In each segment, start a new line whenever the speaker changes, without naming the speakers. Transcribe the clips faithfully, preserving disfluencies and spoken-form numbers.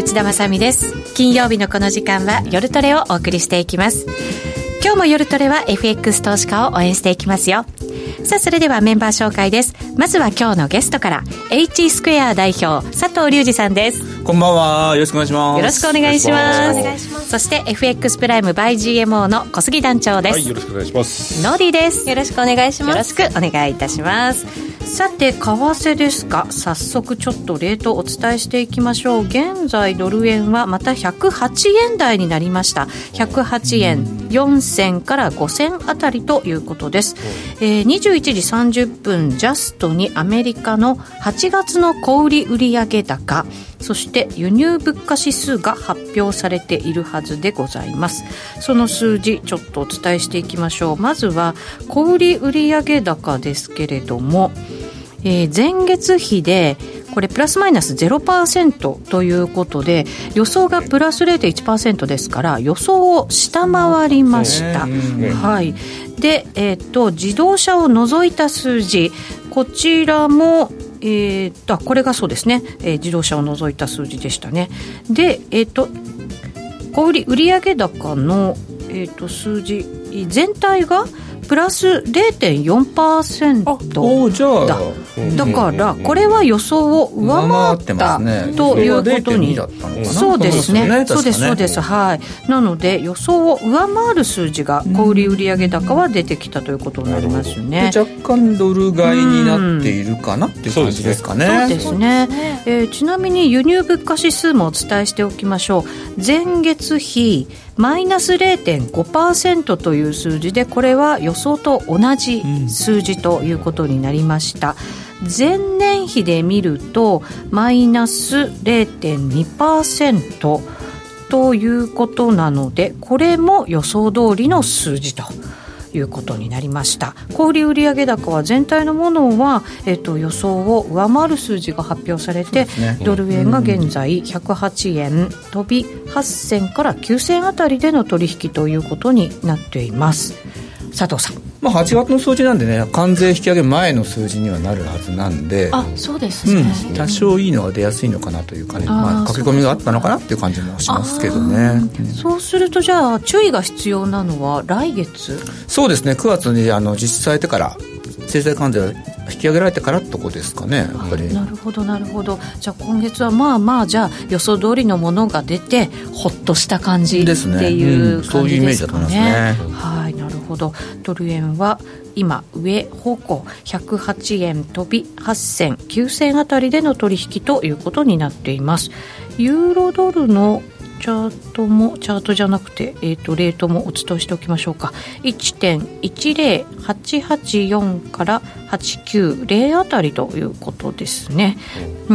内田まさみです。金曜日のこの時間は夜トレをお送りしていきます。今日も夜トレは エフエックス 投資家を応援していきますよ。さあ、それではメンバー紹介です。まずは今日のゲストから H スクエア代表佐藤隆二さんです。
こんばんは、よろしくお願いします。
よろしくお願いします。そして エフエックス プライム by ジーエムオー の小杉団長です。
はい、よろしくお願いします。
ノーディーです。
よろしくお願いします。
よろしくお願いいたします。さて、為替ですが、早速ちょっとレートをお伝えしていきましょう。現在ドル円はまたひゃくはちえん台になりました。ひゃくはちえんよん銭からご銭あたりということです。えー、にじゅういちじさんじゅっぷんジャストにアメリカのはちがつの小売売上高、そして輸入物価指数が発表されているはずでございます。その数字ちょっとお伝えしていきましょう。まずは小売売上高ですけれども、えー、前月比でこれプラスマイナス ゼロパーセント ということで、予想がプラス ゼロてんいちパーセント ですから予想を下回りました。はい。で、えー、と自動車を除いた数字、こちらもえー、とこれがそうですね、えー、自動車を除いた数字でしたね。で、えー、と小売売上高の、えー、と数字全体がプラス ゼロてんよんパーセント だ。だからこれは予想を上回ったということに、そうですね、そうですそうです、はい。なので予想を上回る数字が小売売上高は出てきたということになりますよね。
若干ドル買いになっているかなっていう感じですかね。
そうですね、えー、ちなみに輸入物価指数もお伝えしておきましょう。前月比マイナス ゼロてんごパーセント という数字で、これは予想と同じ数字ということになりました。前年比で見るとマイナス ゼロてんにパーセント ということなので、これも予想通りの数字ということになりました。小売売上高は全体のものは、えっと、予想を上回る数字が発表されて、ね、ドル円が現在ひゃくはちえん飛びはっ銭からきゅう銭あたりでの取引ということになっています。佐藤さん、
まあ、はちがつの数字なんでね、関税引き上げ前の数字にはなるはずなんで、
あ、そうですね、
うん、多少いいのが出やすいのかなというかね、まあ、駆け込みがあったのかなっていう感じもしますけどね。
そうするとじゃあ注意が必要なのは来月。
そうですね、くがつにあの実施されてから制裁関税が引き上げられてからってとこですかね、やっぱり。
なるほどなるほど。じゃあ今月はまあまあ、じゃあ予想通りのものが出てほっとした感じっていう感じですかね。
うん、そういうイメージだと思いますね。
はい、なるほど。ドル円は今上方向ひゃくはちえん飛びはっ銭きゅう銭あたりでの取引ということになっています。ユーロドルのチャートもチャートじゃなくて、えーと、レートもお伝えしておきましょうか。 いってんいちゼロはちはちよん からはちきゅうゼロあたりということですね。うん、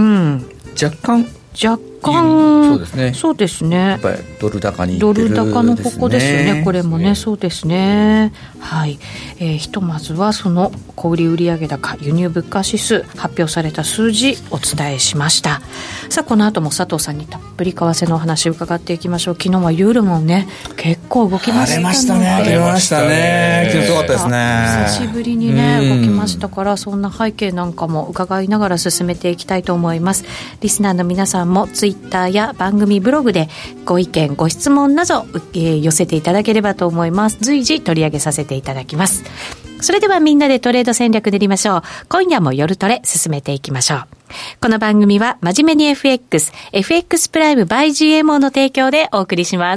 若干
若干
そうですね、
そうですね、
やっぱりドル高にいってるですね。
ドル高のここですよね、これもね、そうですね。はい、えー、ひとまずはその小売売上高輸入物価指数発表された数字お伝えしました。さあ、この後も佐藤さんにたっぷり為替のお話を伺っていきましょう。昨日はユーロもね結構動きましたね。
荒れましたね、荒れましたね、昨日すごかったですね。
久しぶりにね動きましたから、そんな背景なんかも伺いながら進めていきたいと思います。リスナーの皆さんもツイッターや番組ブログでご意見ご質問など、えー、寄せていただければと思います。随時取り上げさせていただきます。それではみんなでトレード戦略練りましょう。今夜も夜トレ進めていきましょう。この番組は真面目に エフエックス エフエックス プライム by ジーエムオー の提供でお送りします。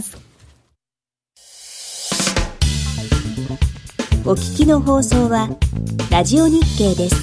お聞きの放送はラジオ日経です。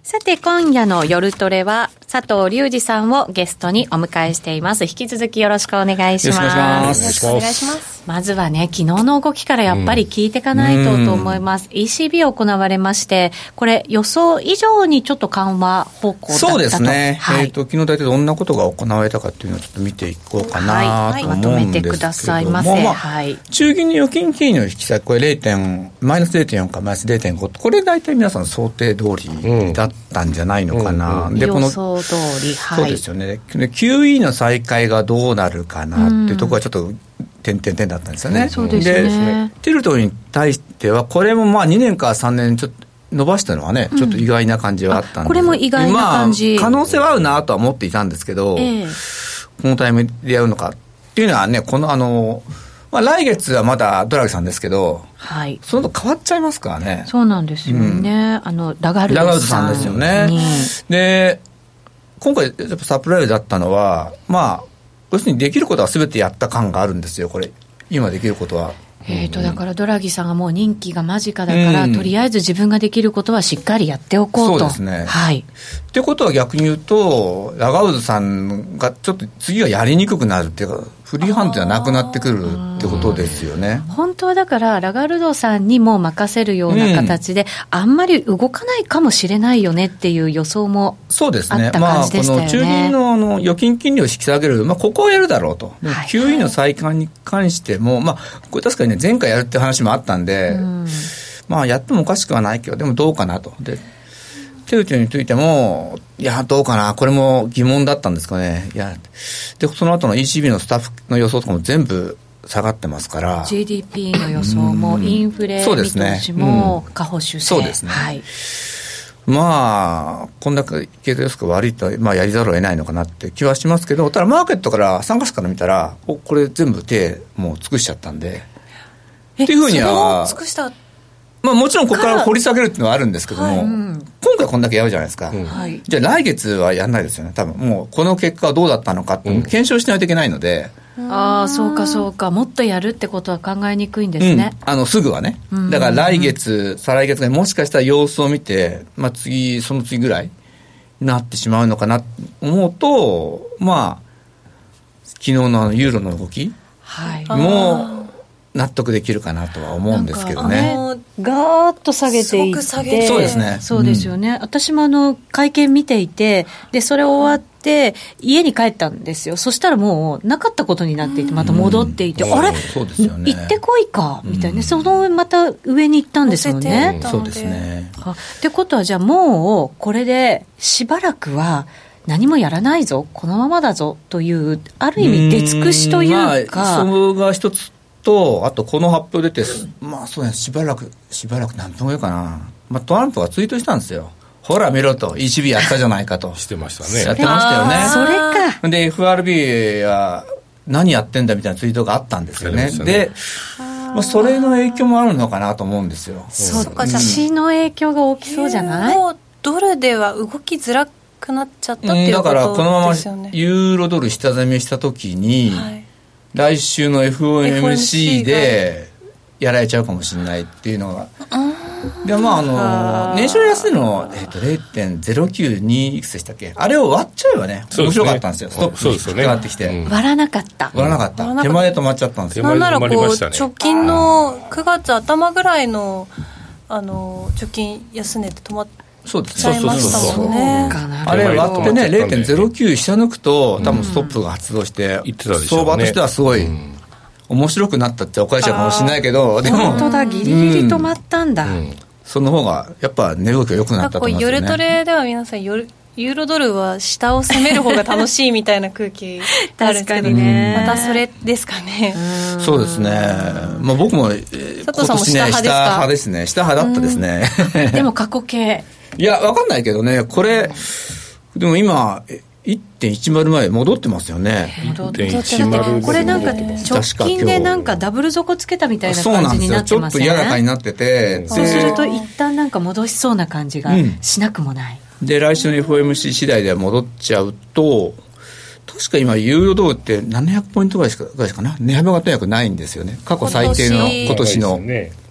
さて今夜の夜トレは佐藤隆二さんをゲストにお迎えしています。引き続きよろしくお願いします。
よろしくお願いします。
よろしくお願いします。
まずはね、昨日の動きからやっぱり聞いていかないとと思います。うん、イーシービー 行われまして、これ予想以上にちょっと緩和方向だったと。
そうですね。
はい、
えっと昨日大体どんなことが行われたかっていうのをちょっと見ていこうかなと思うんですけども、はいはい、まとめてくださいませ。まあはい、中銀の預金金利の引き下げ、これ れいてん マイナス れいてんよん かマイナス れいてんご、これ大体皆さん想定通りだったんじゃないのかな。うんうん、でこの
予想通り、はい、
そうですよね。キューイー の再開がどうなるかなっていうところはちょっと点々点だったんですよね。
うん、そうですね。
でテルトに対してはこれもまあにねんかさんねんちょっと伸ばしたのはね、ちょっと意外な感じはあったんで、
これも意外な感じ、
まあ、可能性はあるなとは思っていたんですけど、えー、このタイミングでやるのかっていうのはね、このあの、まあ、来月はまだドラギさんですけど、はい、そのと変わっちゃいますからね。
そうなんですよね、うん、あのラガルドさんラガルドさんですよね。
で今回やっぱサプライズだったのは、まあ要するにできることは全てやった感があるんですよ。これ今できることは。
えーと、だからドラギさんがもう任期が間近だから、うん、とりあえず自分ができることはしっかりやっておこうと。
そうですね。
はい。
ってことは逆に言うとラガウズさんがちょっと次はやりにくくなるっていうか、フリーハンドじゃなくなってくるってことですよね。
本当はだからラガルドさんにも任せるような形で、うん、あんまり動かないかもしれないよねっていう予想もあった感じでしたよね。
そうですね。まあ、この中銀 の, あの預金金利を引き下げる、まあ、ここをやるだろうと。はい、キューイー の再開に関しても、まあ、これ確かにね前回やるって話もあったんで、うん、まあやってもおかしくはないけど、でもどうかなと。でテルトについても、いやどうかな、これも疑問だったんですかね。いやでその後の イーシービー のスタッフの予想とかも全部下がってますから、
ジーディーピー の予想もインフレ見通しも下方修正。
そうですね、はい、まあこんだけ経済予測が悪いと、まあ、やりざるを得ないのかなって気はしますけど、ただマーケットから参加者から見たらおこれ全部手もう尽くしちゃったんでっていうふうには
尽くした、
まあ、もちろんここから掘り下げるっていうのはあるんですけども、はい、うん、今回こんだけやるじゃないですか、うん、じゃあ来月はやんないですよね多分。もうこの結果はどうだったのかって検証しないといけないので、
うん、ああそうかそうか、もっとやるってことは考えにくいんですね、
うん、あのすぐはね。だから来月、うん、再来月がもしかしたら様子を見て、まあ、次その次ぐらいになってしまうのかなと思うと、まあ昨日のあのユーロの動き、はい、もう納得できるかなとは思うんですけどね。
ガーッと下げていって、
そうですね。
そうですよね。うん、私もあの会見見ていて、でそれ終わって家に帰ったんですよ。そしたらもうなかったことになっていて、また戻っていて、うん、あれ、そうですよね、行ってこいかみたいな、うん、そのまた上に行ったんですよね。
うん、そうですね。
あってことはじゃあもうこれでしばらくは何もやらないぞ、このままだぞという、ある意味出尽くしというか、
まあ、それが一つと、あとこの発表出て、まあそうね、しばらくしばらく何分後かな、まあ、トランプがツイートしたんですよ。ほら見ろと イーシービー やったじゃないかと
してましたね。
やってましたよね。
それか。
で エフアールビー は何やってんだみたいなツイートがあったんですよね。で、ね、まあ、それの影響もあるのかなと思うんですよ。
そうか、じゃあ市の影響が大きそうじゃない？
もうドルでは動きづらくなっちゃったっていうことですよね。
だからこのままユーロドル下攻めしたときに、はい、来週の エフオーエムシー でやられちゃうかもしれないっていうのが、でまああの年初安値の、えー、と れいてんゼロきゅうに いくつでしたっけ、あれを割っちゃえばね面白かったんですよ。ストップにかかってきて、
うん、割らなかった
割らなかった手前で止まっちゃったんですよ。
なんならこう直近のくがつ頭ぐらいのあの貯金安値で止まっ
そうです
ちゃいましたもんね。
あれ割ってね れいてんゼロきゅう 下抜くと多分ストップが発動して、うん、相場としてはすごい、うん、面白くなったっておかしいかもしれないけど、でも
本当だ、ギリギリ止まったんだ、うんうん、
その方がやっぱ値動きが良くなったと思いますよね。
夜トレでは皆さん夜ユーロドルは下を攻める方が楽しいみたいな空気あるんですけど、ね、またそれですかね。
うそうですね、まあ、僕も、えー、今年ね下派ですね。下派だったですね。
でも過去形
いや分かんないけどね、これでも今 いってんいちまる 前戻ってますよね。
戻ってこれなんか直近でなんかダブル底つけたみたいな感じになってますね。
ちょっと嫌な感じになってて、
そうすると一旦なんか戻しそうな感じがしなくもない、
うん、で来週の エフオーエムシー 次第では戻っちゃうと、確か今ユーロドルってななひゃくポイントぐらいしか、ぐらいしかな値幅がとにかくないんですよね。過去最低の今年の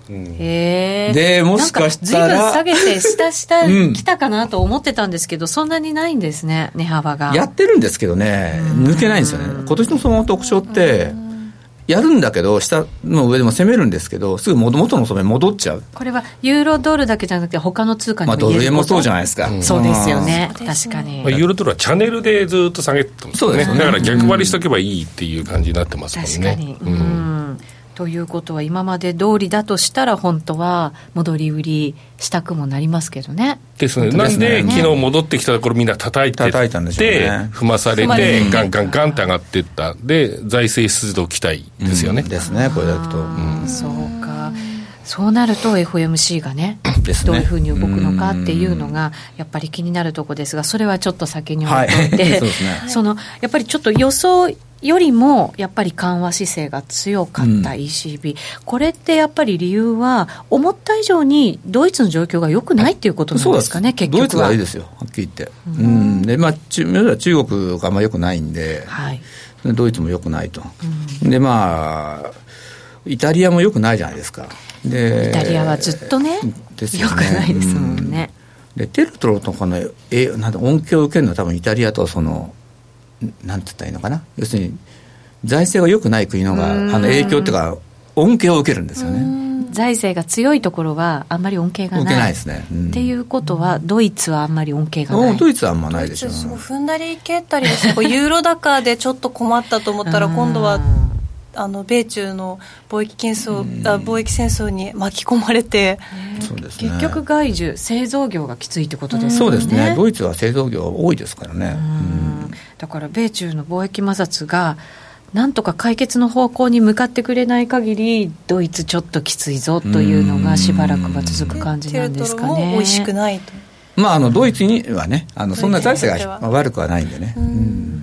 うん、へ
でもしかしたら
なんか随分下げて下下来たかなと思ってたんですけど、うん、そんなにないんですね、値幅が。
やってるんですけどね、抜けないんですよね。今年のその特徴ってやるんだけど下の上でも攻めるんですけど、すぐ元の染め戻っちゃう。
これはユーロドルだけじゃなくて他の通貨にも言えること、まあ、ドル円も
そうじゃないですか、うん、
そうですよね、確かに、
まあ、ユーロドルはチャンネルでずっと下げてますね。そうですね、だから逆張りしとけばいいっていう感じになってますもんね。
確かに、うん、うんということは今まで通りだとしたら本当は戻り売りしたくもなりますけどね。
ですね。なんで昨日戻ってきたところみんな叩いてって
叩いたんでしょうね。
踏まされてガンガンガンって上がっていったで財政出動期待ですよね、
うん、ですねこれだと、う
ん、そうか。そうなると エフオーエムシー が ね, ねどういうふうに動くのかっていうのがやっぱり気になるところですが、それはちょっと先に置いといて、はい、そうですね、そのやっぱりちょっと予想よりもやっぱり緩和姿勢が強かった イーシービー、うん、これってやっぱり理由は思った以上にドイツの状況が良くないっていうことなんですかね。結局は
ドイツがいいですよ、はっきり言って、うんうんでまあ、中, 中国があんま良くないんで、はい、ドイツも良くないと、うん、でまあイタリアも良くないじゃないですか。で
イタリアはずっとね良、ね、くないですもんね、
うん、でテルトロとかのえなんで恩恵を受けるのは多分イタリアとそのなんて言ったらいいのかな、要するに財政が良くない国のがあの影響っていうか恩恵を受けるんですよね。
財政が強いところはあんまり恩恵がない、
受けないですね、うん、
っていうことはドイツはあんまり恩恵がない。
ドイツはあんまないでしょう。
踏んだり蹴ったりですねユーロ高でちょっと困ったと思ったら今度はあの米中の貿易戦争、あ貿易戦争に巻き込まれて、
そうですね、
結局外需製造業がきついってことですよね。
そうですね、ドイツは製造業多いですからね。
うん、だから米中の貿易摩擦がなんとか解決の方向に向かってくれない限りドイツちょっときついぞというのがしばらくは続く感じなんですかね。
テルトルも美味しくないと、
まあ、あのドイツにはねあのそんな財政が悪くはないんでね。うん、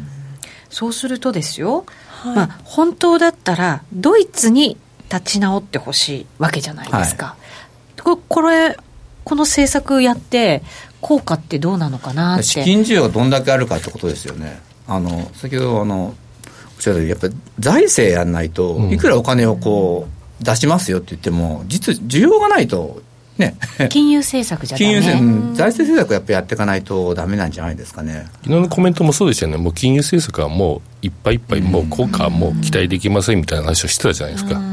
そうするとですよ、はい、まあ、本当だったらドイツに立ち直ってほしいわけじゃないですか、はい、こ, これこの政策やって効果ってどうなのかなって。
資金需要がどんだけあるかってことですよね。あの先ほどあのおっしゃるようにやっぱり財政やんないといくらお金をこう出しますよって言っても実需要がないとね、
金融政策じゃダメ、
金融政策、うん、財政政策やっぱりやっていかないとダメなんじゃないですかね。
昨日のコメントもそうでしたよね。もう金融政策はもういっぱいいっぱいもう効果はもう期待できませんみたいな話をしてたじゃないですか。うん、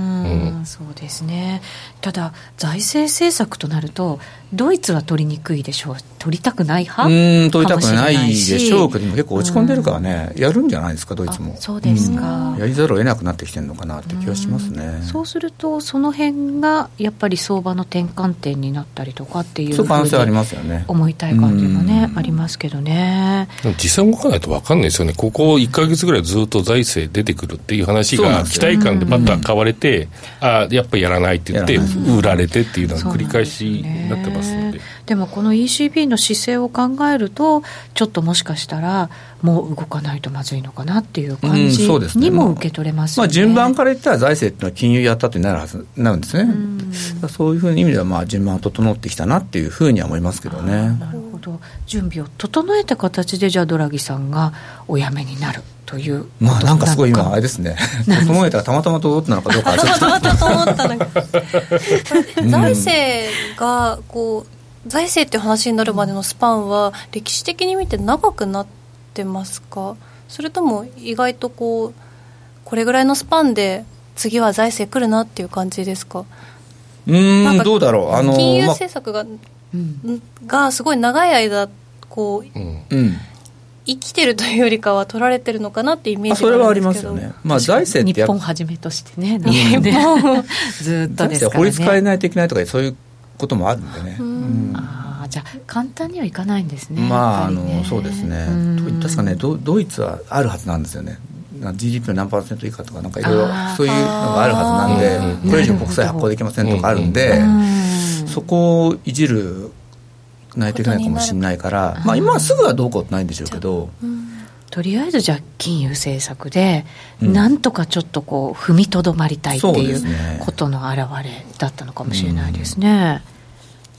うん、そうですね。ただ財政政策となるとドイツは取りにくいでしょう。取りたくない派
うん取りたくないでしょうけど結構落ち込んでるからね、うん、やるんじゃないですかドイツも。
そうですか、
うん、やりざるを得なくなってきてるのかなって気がしますね。
うそうするとその辺がやっぱり相場の転換点になったりとかっていう
そう可能性ありますよね。
思いたい感じもね、ありますけどね。
実際動かないと分かんないですよね。ここいっかげつぐらいずっと財政出てくるっていう話が期待感でまた買われて、うん、あやっぱりやらないって言って売られてっていうのが繰り返しになってますので。
でもこの イーシービー の姿勢を考えるとちょっともしかしたらもう動かないとまずいのかなっていう感じにも受け取れますよね。
まあ、順番から言ったら財政っていうのは金融やったとなるはずなるんですね。うんそういうふうな意味ではまあ順番は整ってきたなっていうふうには思いますけどね。
なるほど。準備を整えた形でじゃあドラギさんがお辞めになるということ
まあなんかすごい今あれですね整えたらたまたま整ったのかどうかはちょっと
たまたま整ったのか財政がこう財政っていう話になるまでのスパンは歴史的に見て長くなってますか。それとも意外とこうこれぐらいのスパンで次は財政来るなっていう感じですか。
うーんどうだろう。あの
金融政策が、ま、がすごい長い間こう、うんうん生きてるというよりかは取られてるのかなってイメージがあるんですけど。それはありますよね。
まあ財政って
日本はじめとしてね日本ずっとですからね。
法律変えないといけないとかそういうこともあるんでね。うん、
あじゃあ簡単にはいかないんですね。
まあ、ね、あのそうですね。確かね ド, ドイツはあるはずなんですよね。ジーディーピー の何パーセント以下とかなんかいろいろそういうのがあるはずなんでこれ以上国債発行できませんとかあるんでそこをいじるないといけないかもしれないから、まあ、今はすぐはどうこうってないんでしょうけど、うん、
とりあえずじゃあ金融政策で、うん、なんとかちょっとこう踏みとどまりたいっていうことの表れだったのかもしれないですね。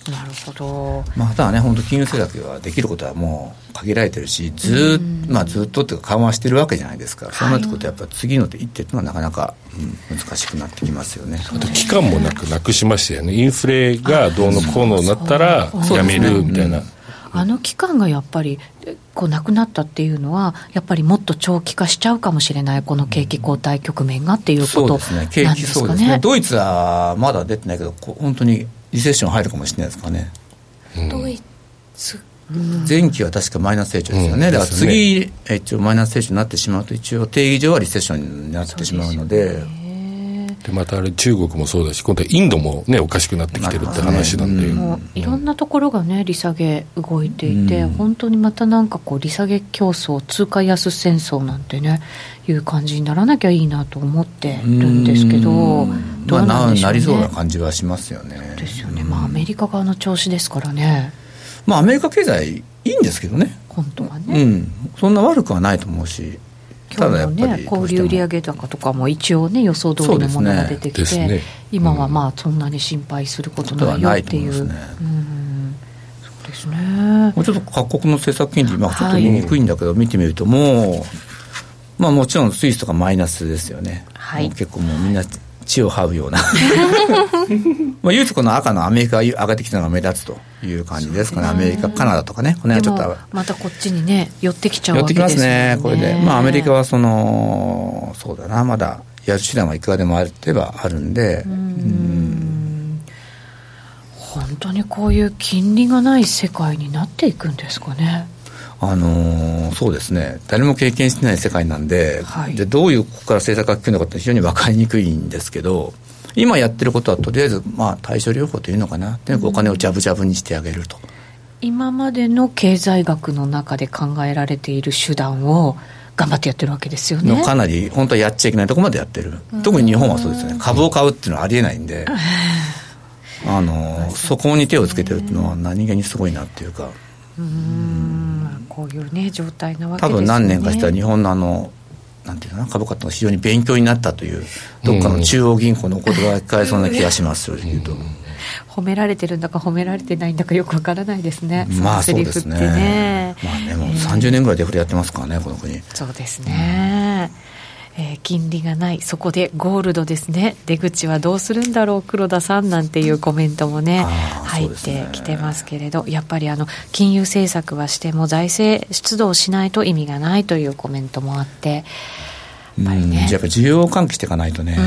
なるほど。
まあ、ただね、本当金融政策はできることはもう限られてるし、ずっと、まあ、ずっとっていうか緩和してるわけじゃないですか。そうなってくるとやっぱり次の一手っていうのはなかなか、うん、難しくなってきますよね。
あと期間もなくなくしましたよね。インフレがどうのこうのになったらやめるみたいな。
あの期間がやっぱりこうなくなったっていうのはやっぱりもっと長期化しちゃうかもしれない、この景気後退局面がっていうことなんですかね。
そうですね、景気そうですね。ドイツはまだ出てないけど本当にリセッション入るかもしれないですかね、
うん、ドイツ
前期は確かマイナス成長ですよね、うん、だから次、ね、一応マイナス成長になってしまうと一応定義上はリセッションになってしまうので、
でまたあれ中国もそうだし、今度はインドもねおかしくなってきてるって話なんで、
ね、うん、もういろんなところがね利下げ動いていて、うん、本当にまたなんかこう利下げ競争、通貨安戦争なんてねいう感じにならなきゃいいなと思ってるんですけど、どうなんでしょうね。
まあ、なりそうな感じはしますよね。
そうですよね、まあ、アメリカ側の調子ですからね。
まあアメリカ経済いいんですけどね、
本当はね、
うん、そんな悪くはないと思うし、
今日のね、小売売上高とかも一応ね予想通りのものが出てきて、ねね、今はまあそんなに心配することないよっていう、そうですね。
もうちょっと各国の政策金利、まあ、ちょっと言いにくいんだけど、はい、見てみるともう、まあ、もちろんスイスとかマイナスですよね、はい、もう結構もうみんな血を這うようなまあ唯一この赤のアメリカが上がってきたのが目立つという感じですかね。アメリカ、カナダとかね、この辺はちょっと
またこっちにね寄ってきちゃうわけですよね。
寄ってきますね、これで。まあアメリカはそのそうだな、まだやる手段はいくらでもあればあるんで、うんうん、
本当にこういう金利がない世界になっていくんですかね。
あのー、そうですね、誰も経験してない世界なんで、はい、じゃあどういうここから政策が来るのかって非常に分かりにくいんですけど、今やってることはとりあえず、まあ、対処療法というのかな、とにかくお金をジャブジャブにしてあげると、うん、
今までの経済学の中で考えられている手段を頑張ってやってるわけですよね。
かなり本当はやっちゃいけないところまでやってる。特に日本はそうですよね。株を買うっていうのはありえないんで、あのそこに手をつけてるっていうのは何気にすごいなっていうか、
うーん、こういうね状態なわけですよね。
多分何年かしたら日本のあのなんていうかな、株価って非常に勉強になったというどっかの中央銀行の言葉が聞かれそうな気がします。それで言うと
褒められてるんだか褒められてないんだかよくわからないですね。
まあそうですね。ね、まあね、もうさんじゅうねんぐらいデフレやってますからね、この国。
そうですね、うん、えー、金利がない、そこでゴールドですね。出口はどうするんだろう黒田さんなんていうコメントもね入ってきてますけれど、やっぱりあの金融政策はしても財政出動しないと意味がないというコメントもあって、
やっぱりね、やっぱ需要を喚起していかないとね。
うん、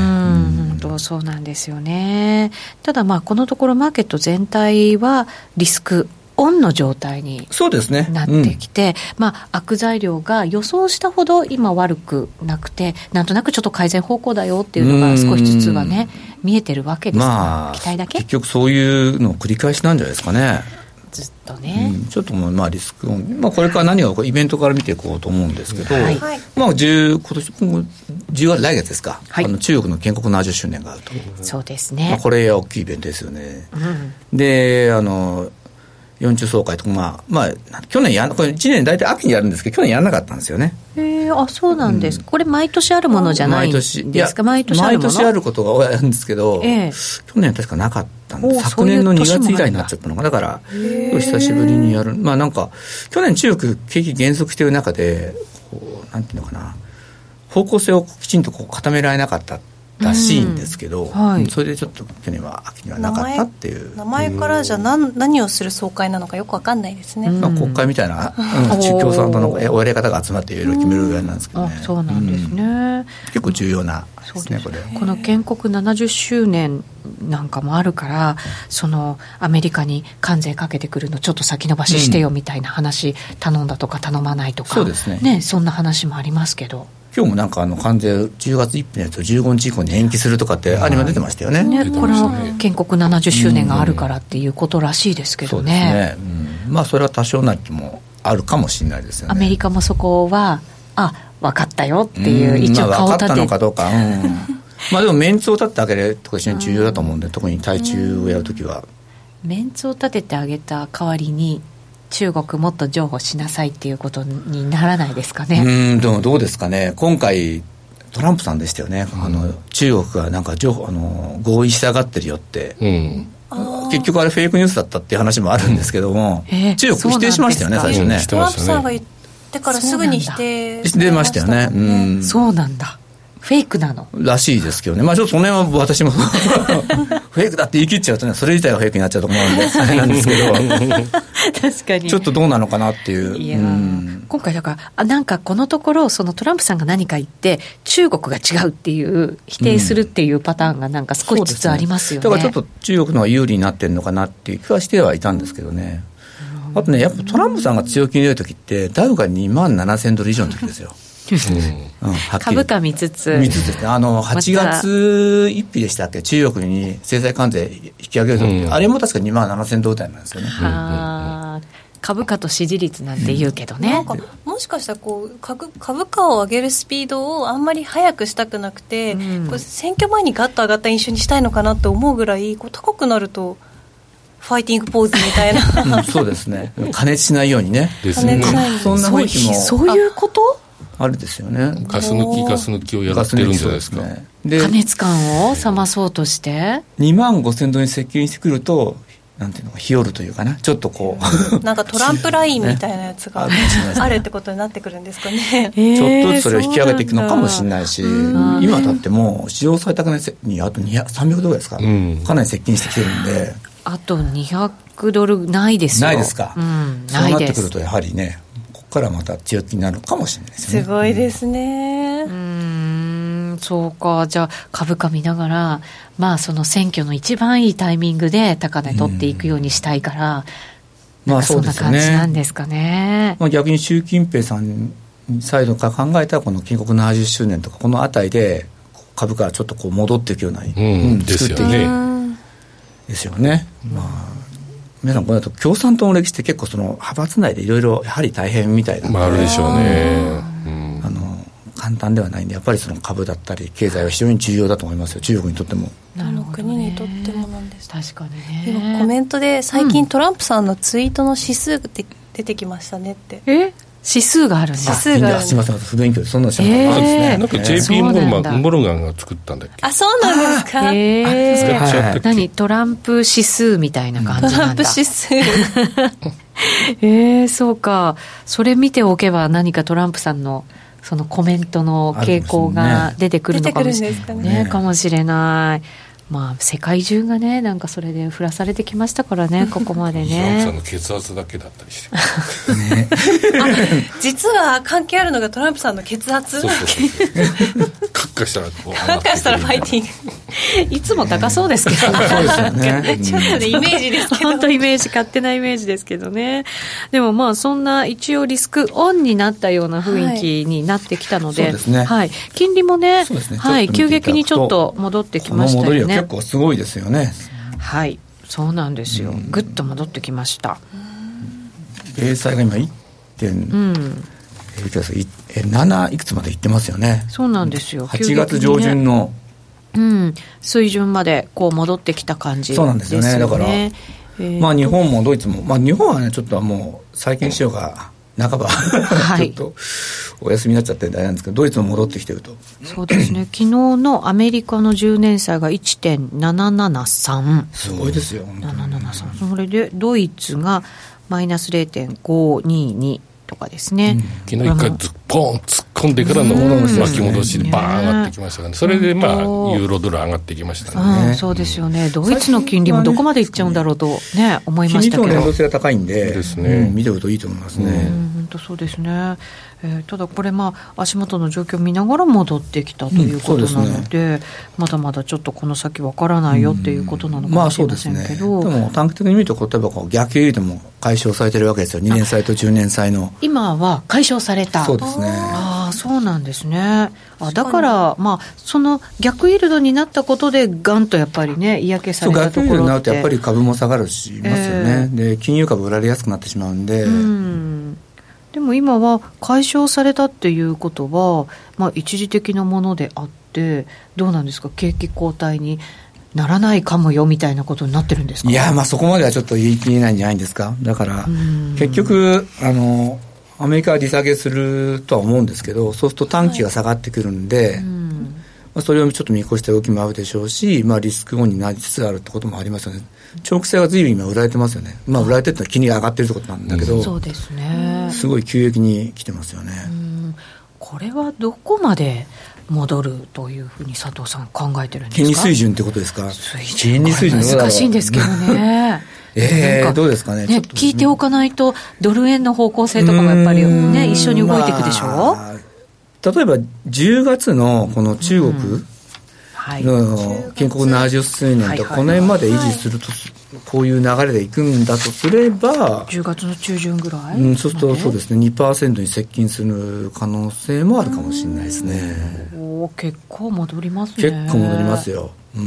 うん、そうなんですよね。ただまあこのところマーケット全体はリスクオンの状態になってきて、ね、うん、まあ、悪材料が予想したほど今悪くなくて、なんとなくちょっと改善方向だよっていうのが少しずつはね見えてるわけですから、まあ、期待だけ
結局そういうのを繰り返しなんじゃないですかね。
ずっとね、
うん、ちょっとまあリスクオン、まあ、これから何がイベントから見ていこうと思うんですけど、はい、まあ、10今年じゅうがつ来月ですか、はい、あの中国の建国ななじゅっしゅうねんがあると。
そうですね、
まあ、これは大きいイベントですよね、うん、であのよん中総会とか、まあまあ、去年やこれいちねん大体秋にやるんですけど去年やらなかったんですよね。
へー、あ、そうなんです、うん、これ毎年あるものじゃないんですか。毎年あるもの、
毎年あることが多いんですけど、えー、去年は確かなかったんで、昨年のにがつ以来になっちゃったのが、だから久しぶりにやる。まあなんか去年中国景気減速している中でこうなんていうのかな、方向性をきちんとこう固められなかったらしいんですけど、うん、はい、それでちょっと去年は秋にはなかったっていう。
名前からじゃ 何, 何をする総会なのかよく分かんないですね、うん、
まあ、国会みたいな、うん、中共産党のおやり方が集まっていろいろ決めるぐらいなんですけどね、
うん、あ、そうなんですね、うん、
結構重要なですね、これ。
この建国ななじゅっしゅうねんなんかもあるから、そのアメリカに関税かけてくるのちょっと先延ばししてよみたいな話、うん、頼んだとか頼まないとか、
そうですね、
ね、そんな話もありますけど、
今日もなんかあの関税じゅうがつついたちのやつをじゅうごにち以降に延期するとかってアニメ出てましたよね、
ね、これは建国ななじゅっしゅうねんがあるからっていうことらしいですけどね、
そうですね、うん、まあそれは多少なりもあるかもしれないですよね。
アメリカもそこはあ分かったよっていう、うん、一応顔立て、まあ、分かったのかどうか、うん、まあでもメンツを立ててあげるとか非常に重要だと思うんで、特に対中をやるときは、 うん、メンツを立ててあげた代わりに中国もっと譲歩しなさいっていうことにならないですかね。
うん、でもどうですかね。今回トランプさんでしたよね、うん、あの中国がなんか譲歩あの合意したがってるよって、うん、 結局あれフェイクニュースだったっていう話もあるんですけども、えー、中国否定しましたよね最初ね。
トランプさんが言ってからすぐに否定
してましたよね。うん、
そうなんだ。フェイクなの
らしいですけどね。まあちょっとその辺は私もフェイクだって言い切っちゃうとね、それ自体がフェイクになっちゃうと思うんであれなんですけど
確かに
ちょっとどうなのかなっていう。
いや、うん、今回だからあなんかこのところそのトランプさんが何か言って中国が違うっていう否定するっていうパターンがなんか少しずつありますよね。
うん、だからちょっと中国の方が有利になってるのかなっていう気はしてはいたんですけどね。あとね、やっぱトランプさんが強気に出るときってダウがにまんななせんドル以上の時ですよ。
うんうん、株価見つつ
見つつですね。あのはちがつついたちでしたっけ、中国に制裁関税引き上げるとき、うん、あれも確かにまんななせんドル台なんですよね。
は株価と支持率なんて言うけどね、
うん、なんかもしかしたらこう 株, 株価を上げるスピードをあんまり速くしたくなくて、うん、これ選挙前にガッと上がった印象にしたいのかなと思うぐらいこう高くなるとファイティングポーズみたいな、
うん、そうですね。加熱しないようにね。
ですね。
そんな雰囲気も
そういうこと
あるですよね。
ガス抜きガス抜きをやってるんじゃないですか。
で
加熱感を冷まそうとして
にまんごせんドルに接近してくるとなんていうのか日和るというかな、ちょっとこ
うなんかトランプラインみたいなやつが、ね、あるってことになってくるんですかね。
えー、ちょっとずつそれを引き上げていくのかもしれないし、今だってもう史上最高値にあとにひゃく、さんびゃくドルですか、うん、かなり接近してきてるんで、
あとにひゃくドルないですよ。
ないですか、うん、そうなってくるとやはりね、ここからまた強気になるかもしれないですね。
すごいですね。
うーん、そうか。じゃあ株価見ながら、まあその選挙の一番いいタイミングで高値取っていくようにしたいから、うん、まあそんな感じなんですかね。
まあ、逆に習近平さんサイドから考えたらこの建国ななじゅっしゅうねんとかこのあたりで株価はちょっとこう戻っていくような、うん
うん、ですよね。
ですよね。まあ皆さんこの後共産党の歴史って結構その派閥内でいろいろやはり大変みたいなので、
まあ、あるでしょうね、
うん、あの簡単ではないんで、やっぱりその株だったり経済は非常に重要だと思いますよ、中国にとっても。
なるほどね、国にとってもなんです。
確かにね。
今コメントで最近トランプさんのツイートの指数が出てきましたねって、
うん、え指数があるんだ。指数がある。
すみません、不勉強でそんなの知らなかったですね。
えー、なんか ジェイピー モルガン、モルガンが作ったんだっけ。
あ、そうなんですか。
えー、
はい、
何トランプ指数みたいな感じなんだ。
トランプ指数。
えー、そうか。それ見ておけば何かトランプさんのそのコメントの傾向が出てくるのかもしれない、ね、かもしれない。まあ、世界中がねなんかそれで降らされてきましたからねここまでね。
トランプさんの血圧だけだったりしてね
あ、実は関係あるのがトランプさんの血圧。そうそう
そうカッカしたらこう
カッカしたらファイティン
グいつも高そうですけどそうですよ
ねちょっとねイメージですけど
本当イメージ勝手なイメージですけどね。でもまあそんな一応リスクオンになったような雰囲気になってきたので、はい、そうですね、はい、金利も ね, ねはい、急激にちょっと戻ってきましたよね。
結構すごいですよね。
はい、そうなんですよ。ぐっと戻ってきました。
米債が今 いってん、うん、えなないくつまでいってますよね。
そうなんですよ。
はちがつ上旬の、
ね、うん、水準までこう戻ってきた感じですよね。
そうなんですよね。だから、えー、まあ日本もドイツも、まあ日本はねちょっともう債券市場が半ば、はい、ちょっとお休みになっちゃって大変なんですけど、ドイツも戻ってきてると。
そうですね。昨日のアメリカのじゅうねん債が いってんななななさん、
すごいですよ。
ななななさん、それでドイツがマイナス ゼロてんごにに とかですね、うん、
昨日一回ズッポン突っ込んでからの巻き戻しでバーン上がってきましたからね。それでまあユーロドル上がってきましたね、
うん、そうですよね。ドイツの金利もどこまでいっちゃうんだろうと、ね、思いましたけど、
金利との連動性が高いんで
ですね、
うん、見ておくといいと思いますね。
本当そうですね。えー、ただこれまあ足元の状況を見ながら戻ってきたということなの で,、うん、でね、まだまだちょっとこの先わからないよっていうことなのかもしれませんけど、
うん、まあそうですね、でも短期的に見ると例えばこう逆輸入でも解消されてるわけですよ。にねん債とじゅうねん債の
今は解消された。
そうですね。
ああ、そうなんですね。あ、だからまあその逆イールドになったことでガンとやっぱりね嫌気されたところって、そう逆イールドになるとやっぱり株も下がるしますよね、えー、で金融株売られやすくなってしまうんで、うん、 でも今は解消されたっていうことは、まあ、一時的なものであってどうなんですか、景気後退にならないかもよみたいなことになってるんですか。
いや、まあそこまではちょっと言い切れないんじゃないんですか。だから結局あのアメリカは利下げするとは思うんですけど、そうすると短期が下がってくるんで、うん、 まあ、それをちょっと見越した動きもあるでしょうし、まあ、リスクオンになりつつあるってこともありますよね。長期債が随分今売られてますよね。まあ、売られてるのは金利が上がってるってことなんだけど、うん、
そうですね、
すごい急激に来てますよね。
うん、これはどこまで戻るというふうに佐藤さん考えてるんですか？
金利水準ってことですか？
金利水準難しいんですけどね
えー、どうですか ね, ね
聞いておかないとドル円の方向性とかもやっぱりね一緒に動いていくでしょ、ま
あ、例えばじゅうがつのこの中国の建国ななじゅっすうねんとこの辺まで維持するとこういう流れでいくんだとすれば
じゅうがつの中旬ぐらい、
うん、そうするとそうですね にパーセント に接近する可能性もあるかもしれないですね。
お結構戻りますね。
結構戻りますよ、うん、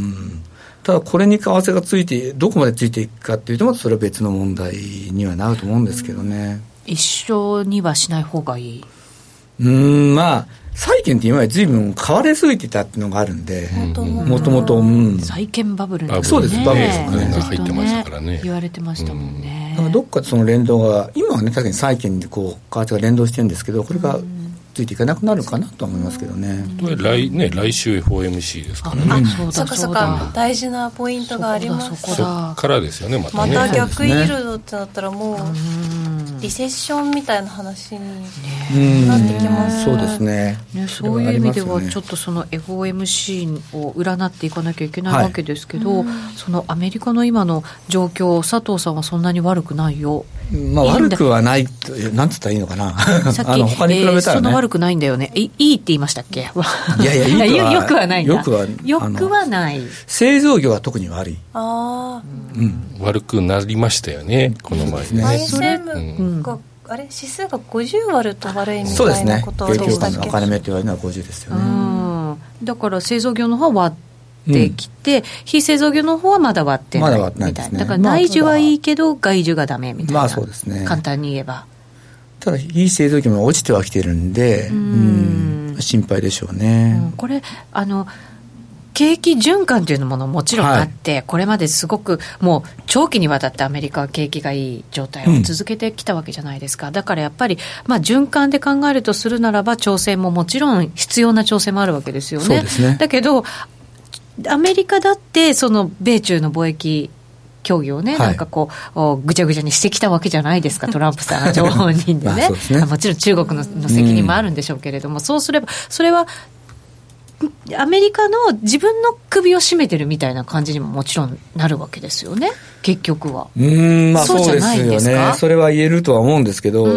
ただこれに為替がついてどこまでついていくかっていうとまたそれは別の問題にはなると思うんですけどね。
一緒にはしない方がいい。
うーんまあ債券って今まで随分買われすぎてたっていうのがあるんでもともと
債券バブルに、
ね、そうですバブルです
ね、ね入ってましたからね
言われてましたもんね、
うん、だからどっかでその連動が今はね確かに債券にこう為替が連動してるんですけどこれがついていかなくなるかなと思いますけどね。
来, ね来週 エフオーエムシー ですからね。
あそうだ
そうかそうか大事なポイントがあります。
そこからですよねまたね。
また逆イールドってなったらもうリセッションみたいな話になってきます。
そうですね。
ねそういう意味ではちょっとその エフオーエムシー を占っていかなきゃいけないわけですけど、はい、そのアメリカの今の状況佐藤さんはそんなに悪くないよ。
まあ、悪くはないとなんつったらいいのかな
さっき
あの他に比べたらね、えー、
そんな悪くないんだよね。いいいって言いましたっけ？
いやいやいい
よくはないんだ。
よくは
よくはない。
製造業は特に悪い。
あ、
うん、
悪くなりましたよねこの前ね。
アイエスエム が、うん、あれ指数がごじゅう割ると悪いみたいなことでしたっけ？そうですね。景況感の分かれ目と言われるのはごじゅうですよね。
うんだから製造業の方は割ってきて、うん、非製造業の方はまだ割ってない。
まだ割ってないですね。
だから内需はいいけど外需がダメみたいな。
まあそうですね。
簡単に言えば。
ただ非製造業も落ちてはきてるんで、うんうん心配でしょうね。
うん、これあの景気循環というものももちろんあって、はい、これまですごくもう長期にわたってアメリカは景気がいい状態を続けてきたわけじゃないですか、うん、だからやっぱり、まあ、循環で考えるとするならば調整ももちろん必要な調整もあるわけですよね。
そうですね。
だけどアメリカだってその米中の貿易協議をね、はい、なんかこうぐちゃぐちゃにしてきたわけじゃないですかトランプさんが張本人で ね, ねもちろん中国 の, の責任もあるんでしょうけれども、うん、そうすればそれはアメリカの自分の首を絞めてるみたいな感じにももちろんなるわけですよね結局は。
うーん、まあ、そうですよね。それは言えるとは思うんですけど、うん、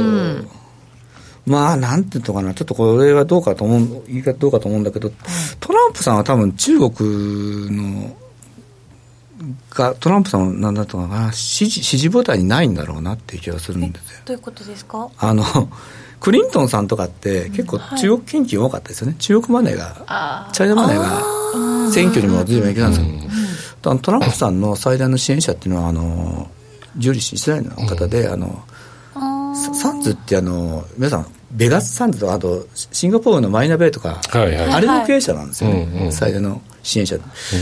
まあなんていうのかなちょっとこれはどうかと思う言い方どうかと思うんだけど、うん、トランプさんは多分中国のがトランプさんは何だったのかな支持、支持母体にないんだろうなっていう気がするんですよ。
どういうことですか？
あのクリントンさんとかって結構中国献金多かったですよね、はい、中国マネーがチャイナマネーが選挙にも随分いけたんですよ、うん、トランプさんの最大の支援者っていうのはあのジュリーイスラエルの方で、うん、あのサンズってあの皆さんベガスサンズとかあとシンガポールのマイナベイとか、はいはい、あれの経営者なんですよね、はい、最大の支援者、うん、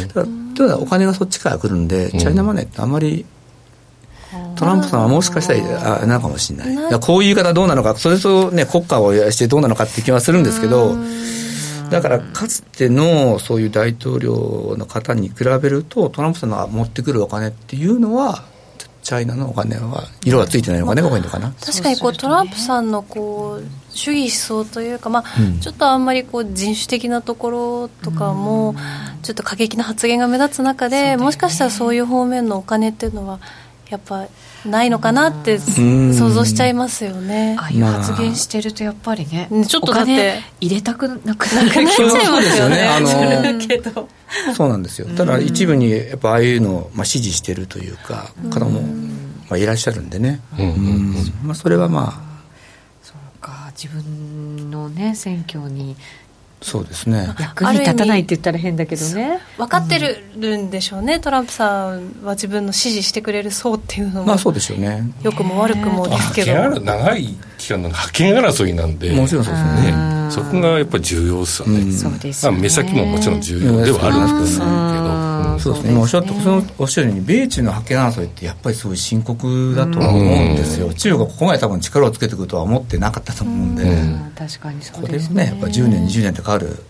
だからお金がそっちから来るんで、うん、チャイナマネーってあんまりトランプさんはもしかしたらあなのかもしれない。だからこういう言い方どうなのかそれと、ね、国家をしてどうなのかって気はするんですけど、だからかつてのそういう大統領の方に比べるとトランプさんが持ってくるお金っていうのはチャイナのお金は色がついてないお金が多いのかな。
確かにこうトランプさんのこう主義思想というか、まあうん、ちょっとあんまりこう人種的なところとかもちょっと過激な発言が目立つ中で、ね、もしかしたらそういう方面のお金っていうのはやっぱないのかなって想像しちゃいますよね。
ああいう発言してるとやっぱりね、まあ、
ちょっとだって
入れたくなくなっちゃいますよね。
あのけどそうなんですよ。ただ一部にやっぱああいうのを、まあ、支持してるというか方も、まあ、いらっしゃるんでね、うんうんまあ、それはまあ
そうか自分のね選挙に
そうですね
役に立たないって言ったら変だけどね
分かってるんでしょうね、うん、トランプさんは自分の支持してくれる層っていうのも
まあそうですよね
良くも悪くもですけど、
長い期間の覇権争いなんで
もちろんそうですね
そこがやっぱり重要ですよね、うん、
そうですよね、
まあ、目先ももちろん重要ではあるんですけど、
うん、そうですね、今おっしゃったそのおっしゃるように米中の覇権争いってやっぱりすごい深刻だとは思うんですよ。中国はここまで多分力をつけてくるとは思ってなかったと思うんで、うん、
確かにそうですね。
これもねやっぱじゅうねんにじゅうねんって変わる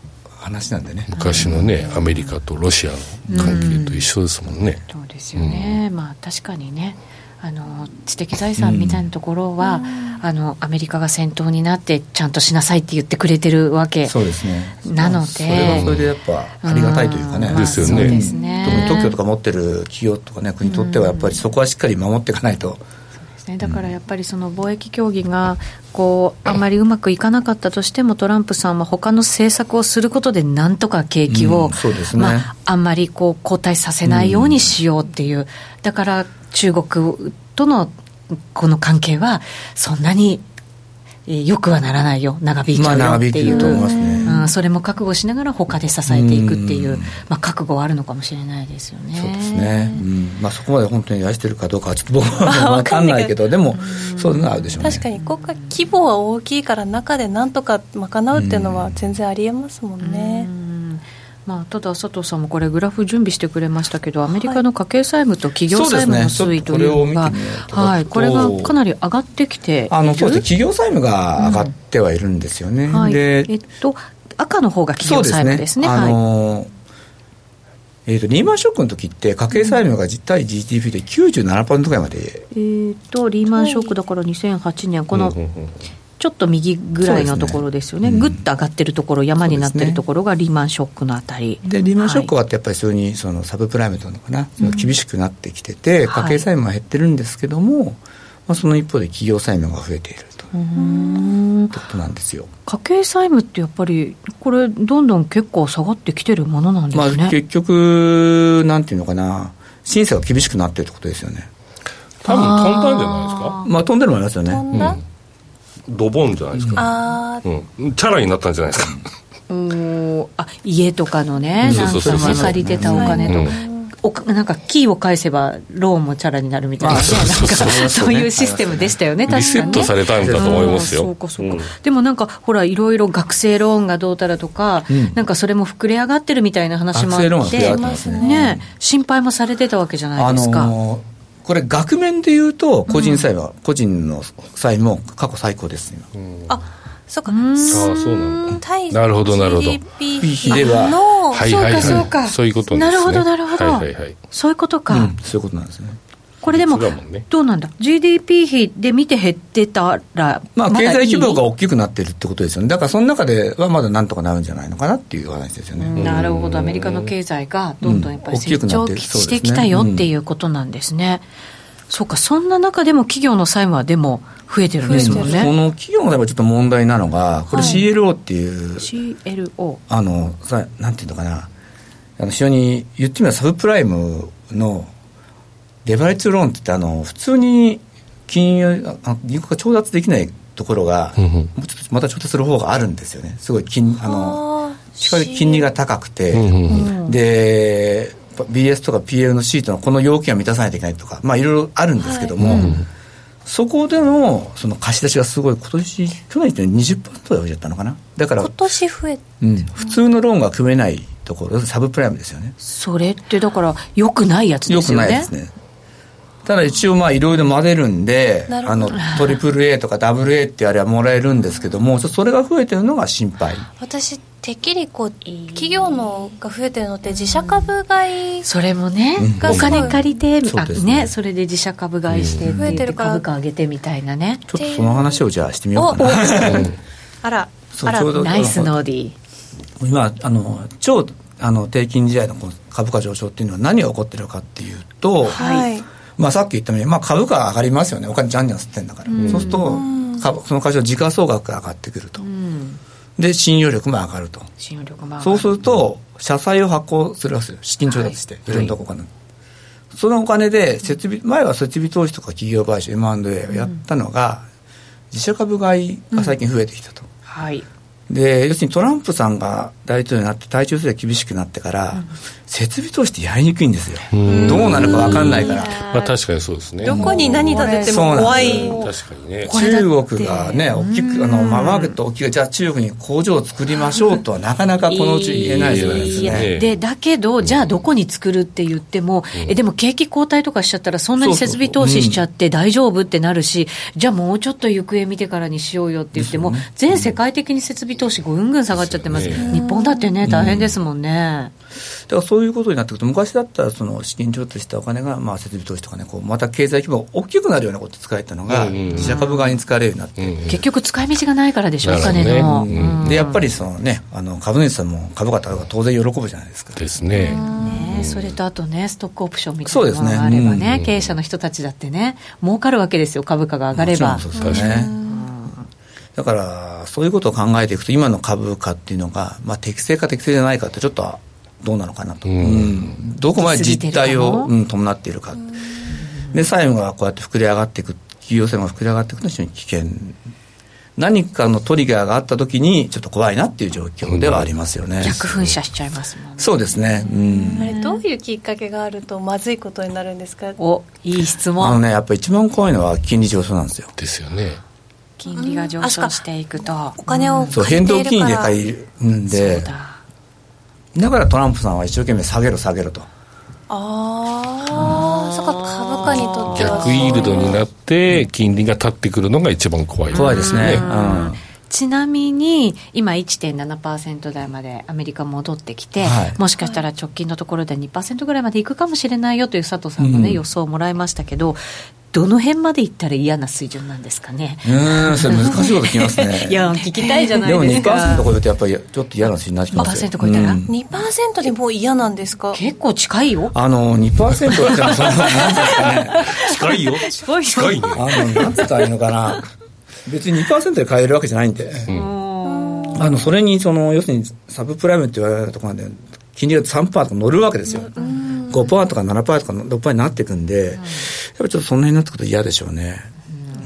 話なんでね。
昔のね、アメリカとロシアの関係と一緒ですもんね。
そうですよね、うん、まあ確かにね、あの知的財産みたいなところは、うん、あのアメリカが先頭になってちゃんとしなさいって言ってくれてるわけ
そうですね
なので、
それはそれでやっぱありがたいというかね、
うん、ですよね、
そうですね、
特に特許とか持ってる企業とかね国にとってはやっぱりそこはしっかり守っていかないと、
うん、だからやっぱりその貿易協議がこうあんまりうまくいかなかったとしてもトランプさんは他の政策をすることでなんとか景気を、うんそうですねまあ、あんまりこう後退させないようにしようっていう、うん、だから中国とのこの関係はそんなに良くはならないよ長引いちゃうよっていう、まあ長引いてると思いますね、うん、それも覚悟しながら他で支えていくっていう、うんまあ、覚悟はあるのかもしれないですよね。
そうですね、うんまあ、そこまで本当に愛してるかどうかはちょっと僕は分かんないけどでもそういうのはあるでしょうね。
確かに国家規模は大きいから中でなんとか賄うっていうのは全然ありえますもんね、うん
まあ、ただ佐藤さんもこれグラフ準備してくれましたけどアメリカの家計債務と企業債務の推移というのが、はいはい、これがかなり上がってきている。
あのそうですね、企業債務が上がってはいるんですよね、うんはい、で
えっと、赤の方が企業債務ですね。
そうですね、あのーえー、とリーマンショックの時って家計債務が対 ジーディーピー で きゅうじゅうななパーセント ぐらいまで、
えー、とリーマンショックだからにせんはちねんこのちょっと右ぐらいのところですよね、うん、ぐっと上がってるところ山になってるところがリーマンショックのあたり
でリーマンショックがあってやっぱりそれにそのサブプライムというのかな、うん、厳しくなってきてて家計債務は減ってるんですけども、はいまあ、その一方で企業債務が増えているということなんですよ。
家計債務ってやっぱりこれどんどん結構下がってきてるものなんですね、
まあ、結局なんていうのかな審査が厳しくなってるってことですよね。
多分飛んだんじゃないですか。
まあ飛んでるのもありますよね。
飛んだ、うん
ドボンじゃないですか、
あ
うん、チャラになったんじゃないですか
うんあ家とかのねなんかね借りてたお金とか、うんおなんかキーを返せばローンもチャラになるみたいな、ね、なんかそういうシステムでしたよね。確かにね
リセットされたんだと思いますよ。
そうかそうか、うん、でもなんかほらいろいろ学生ローンがどうたらとか、うん、なんかそれも膨れ上がってるみたいな話もあって学生ローンが膨れ上がってますね、ね心配もされてたわけじゃないですか。あのー
これ額面でいうと個人債務、うん、個人の債務も過去最高です、
うん、あそうか
うんあそうなんだなるほどなるほど ジーディーピー
比では
のはいはいはい、
そうかそうか
そういうことですね。
なるほどなるほど、
はいはいはい、
そういうことか、
うん、そういうことなんですね。
これでも、ね、どうなんだ ジーディーピー 比で見て減ってたら
まあ経済規模が大きくなってるってことですよね。だからその中ではまだなんとかなるんじゃないのかなっていう話ですよね、うん、
なるほど。アメリカの経済がどんどんやっぱり成長してきたよっていうことなんですね。そうかそんな中でも企業の債務はでも増えてるんですもんね。
この企業の債務はちょっと問題なのがこれ シーエルオー っていう、
はい、シーエルオー
あのさなんていうのかなあの非常に言ってみればサブプライムのレバレッジローンって言ってあの普通に金融銀行が調達できないところが、うんうん、もうちょっとまた調達する方があるんですよね。すごい金あの金利が高くて、うんうん、でビーエス とか ピーエル のシートのこの要件を満たさないといけないとか、まあ、いろいろあるんですけども、はいうん、そこでのその貸し出しがすごい今年去年って にじゅっパーセント で増えちゃったのかな。だから
今年増え、
うん、普通のローンが組めないところサブプライムですよね。
それってだから良くないやつですよね。
良くないですね。ただ一応まあいろいろ混ぜるんであのトリプル A とかダブル A ってあれはもらえるんですけどもそれが増えてるのが心配。
私てっきりこう企業のが増えてるのって自社株買い
それもね、うん、お金借りてあ、ね、それで自社株買いしてって言って株価上げてみたいなね。
ちょっとその話をじゃあしてみようかな
あら
あらナイスノーディー。
今あの超あの低金利時代のこの株価上昇っていうのは何が起こってるかっていうと、はいまあ、さっき言ったように、まあ、株価上がりますよね。お金じゃんじゃん吸ってんだから、うん、そうすると株その会社の時価総額が上がってくると、うん、で信用力も上がると。
信用力も上がる。
そうすると社債を発行するわけですよ。資金調達して、はい、いろんなとこから、はい、そのお金で設備前は設備投資とか企業買収 エムアンドエー をやったのが、うん、自社株買いが最近増えてきたと、うん
はい
で要するにトランプさんが大統領になって対中制裁厳しくなってから、うん、設備投資ってやりにくいんですよ。どうなるか分かんないから。
まあ、確かにそうですね。
どこに何立てても怖い。
確かにね。
中国がね大きくあのマーケット大きくじゃあ中国に工場を作りましょうとはなかなかこのうち言えないですね。
でだけどじゃあどこに作るって言っても、うん、えでも景気後退とかしちゃったらそんなに設備投資しちゃって大丈夫ってなるし、じゃあもうちょっと行方見てからにしようよって言っても、ね、全世界的に設備投資がぐんぐん下がっちゃってます、ね、日本本だってね大変ですもんね、
だからそういうことになってくると、昔だったらその資金調達したお金がまあ設備投資とかね、こうまた経済規模が大きくなるようなことに使えたのが、自社株側に使われるようになって、うんうん、
結局使い道がないからでしょ、お金の、ね
うん、でやっぱりその、ね、あの株主さんも株価高が当然喜ぶじゃないですか。
ですね。
ね、それとあとねストックオプションみたいなのがあれば ね, ね、うん、経営者の人たちだってね儲かるわけですよ、株価が上がれば。
そうですね、うん、だからそういうことを考えていくと今の株価っていうのが、まあ、適正か適正じゃないかってちょっとどうなのかなと、うんうん、どこまで実態を、うん、伴っているか、うん、で債務がこうやって膨れ上がっていく、企業債務が膨れ上がっていくのは非常に危険、何かのトリガーがあったときにちょっと怖いなっていう状況ではありますよね、うん、
逆噴射しちゃいますもんね。
そうですね、うん、
あれどういうきっかけがあるとまずいことになるんですか。
お、いい質問。
あのね、やっぱり一番怖いのは金利上昇なんですよ。
ですよね。
金利が上昇していくと
お金を借りているから、
そう変動金利で借りるんで、そうだだからトランプさんは一生懸命下げろ下げろと。
ああ、そっか、株価にとっては
逆イールドになって金利が立ってくるのが一番怖い、
怖いですね、うん、
ちなみに今 いってんななパーセント 台までアメリカ戻ってきて、はい、もしかしたら直近のところで にパーセント ぐらいまでいくかもしれないよという佐藤さんの、ね、うん、予想をもらいましたけど、どの辺までいったら嫌な水準なんですかね。
うーん、それ難しいこと聞きますね。
いや聞きたいじゃないですか。
でも にパーセント 超えるとやっぱりちょっと嫌な水準になってきますよ。
にパーセント 超えたら、うん、
にパーセント でもう嫌なんですか。
結構近いよ。
あの にパーセント ってのはその何ですかね
近いよ
近い
近いね。
あの何つったらいいのかな、別に にパーセント で買えるわけじゃないんで、うん、あのそれにその要するにサブプライムって言われたところまで金利が さんパーセント とか乗るわけですよ、うん、ごパーセント とか ななパーセント とか ろくパーセント になっていくんで、うん、やっぱりちょっとそんなになってくると嫌でしょうね。うん、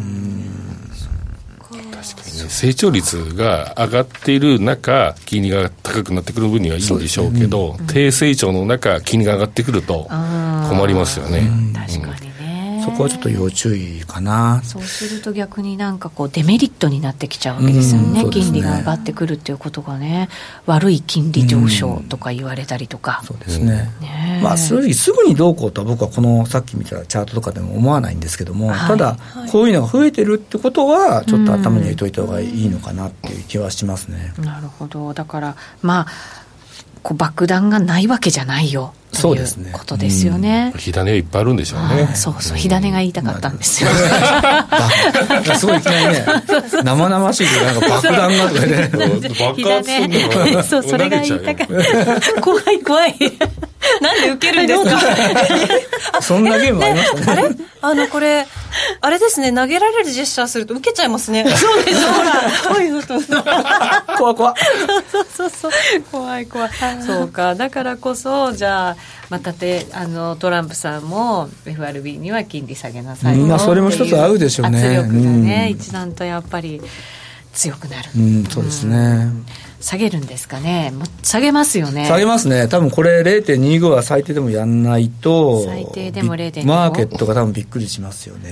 確かにね、成長率が上がっている中金利が高くなってくる分にはいいんでしょうけど、うん、低成長の中金利が上がってくると困りますよね、うん、
確かにね、
そこはちょっと要注意かな。
そうすると逆になんかこうデメリットになってきちゃうわけですよね、うん、金利が上がってくるっていうことがね、悪い金利上昇とか言われたりとか、
うん、そうですね、ね、まあ、正直すぐにどうこうとは僕はこのさっき見たチャートとかでも思わないんですけども、はい、ただこういうのが増えてるってことはちょっと頭に入れといた方がいいのかなっていう気はしますね、
うん、なるほど。だからまあこう爆弾がないわけじゃないよということですよね。
火種はいっぱいあるんでしょうね。
そうそう、火種が言いたかったんですよ、
まあ、すごいいきなりね生々しいけどなんか爆弾がとかね
爆発するのが
そう、それが言いたかった怖い怖い
なんで受けるんですか
そんなゲームありますかね。
あれあのこれあれですね、投げられるジェスチャーすると受けちゃいますね。
そうでしょ、ほら
怖怖
そうそうそう怖い怖いそうか、だからこそじゃあまたてあのトランプさんも エフアールビー には金利下げなさいよ、
うん、まあ、それも一つ合うでしょうね。
圧力がね、うん、一段とやっぱり強くなる、
うん、そうですね、うん、
下げるんですかね。も下げますよね。
下げますね。多分これ ゼロてんにご は最低でもやんないと
最低でも ゼロてんにご
マーケットが多分びっくりしますよね。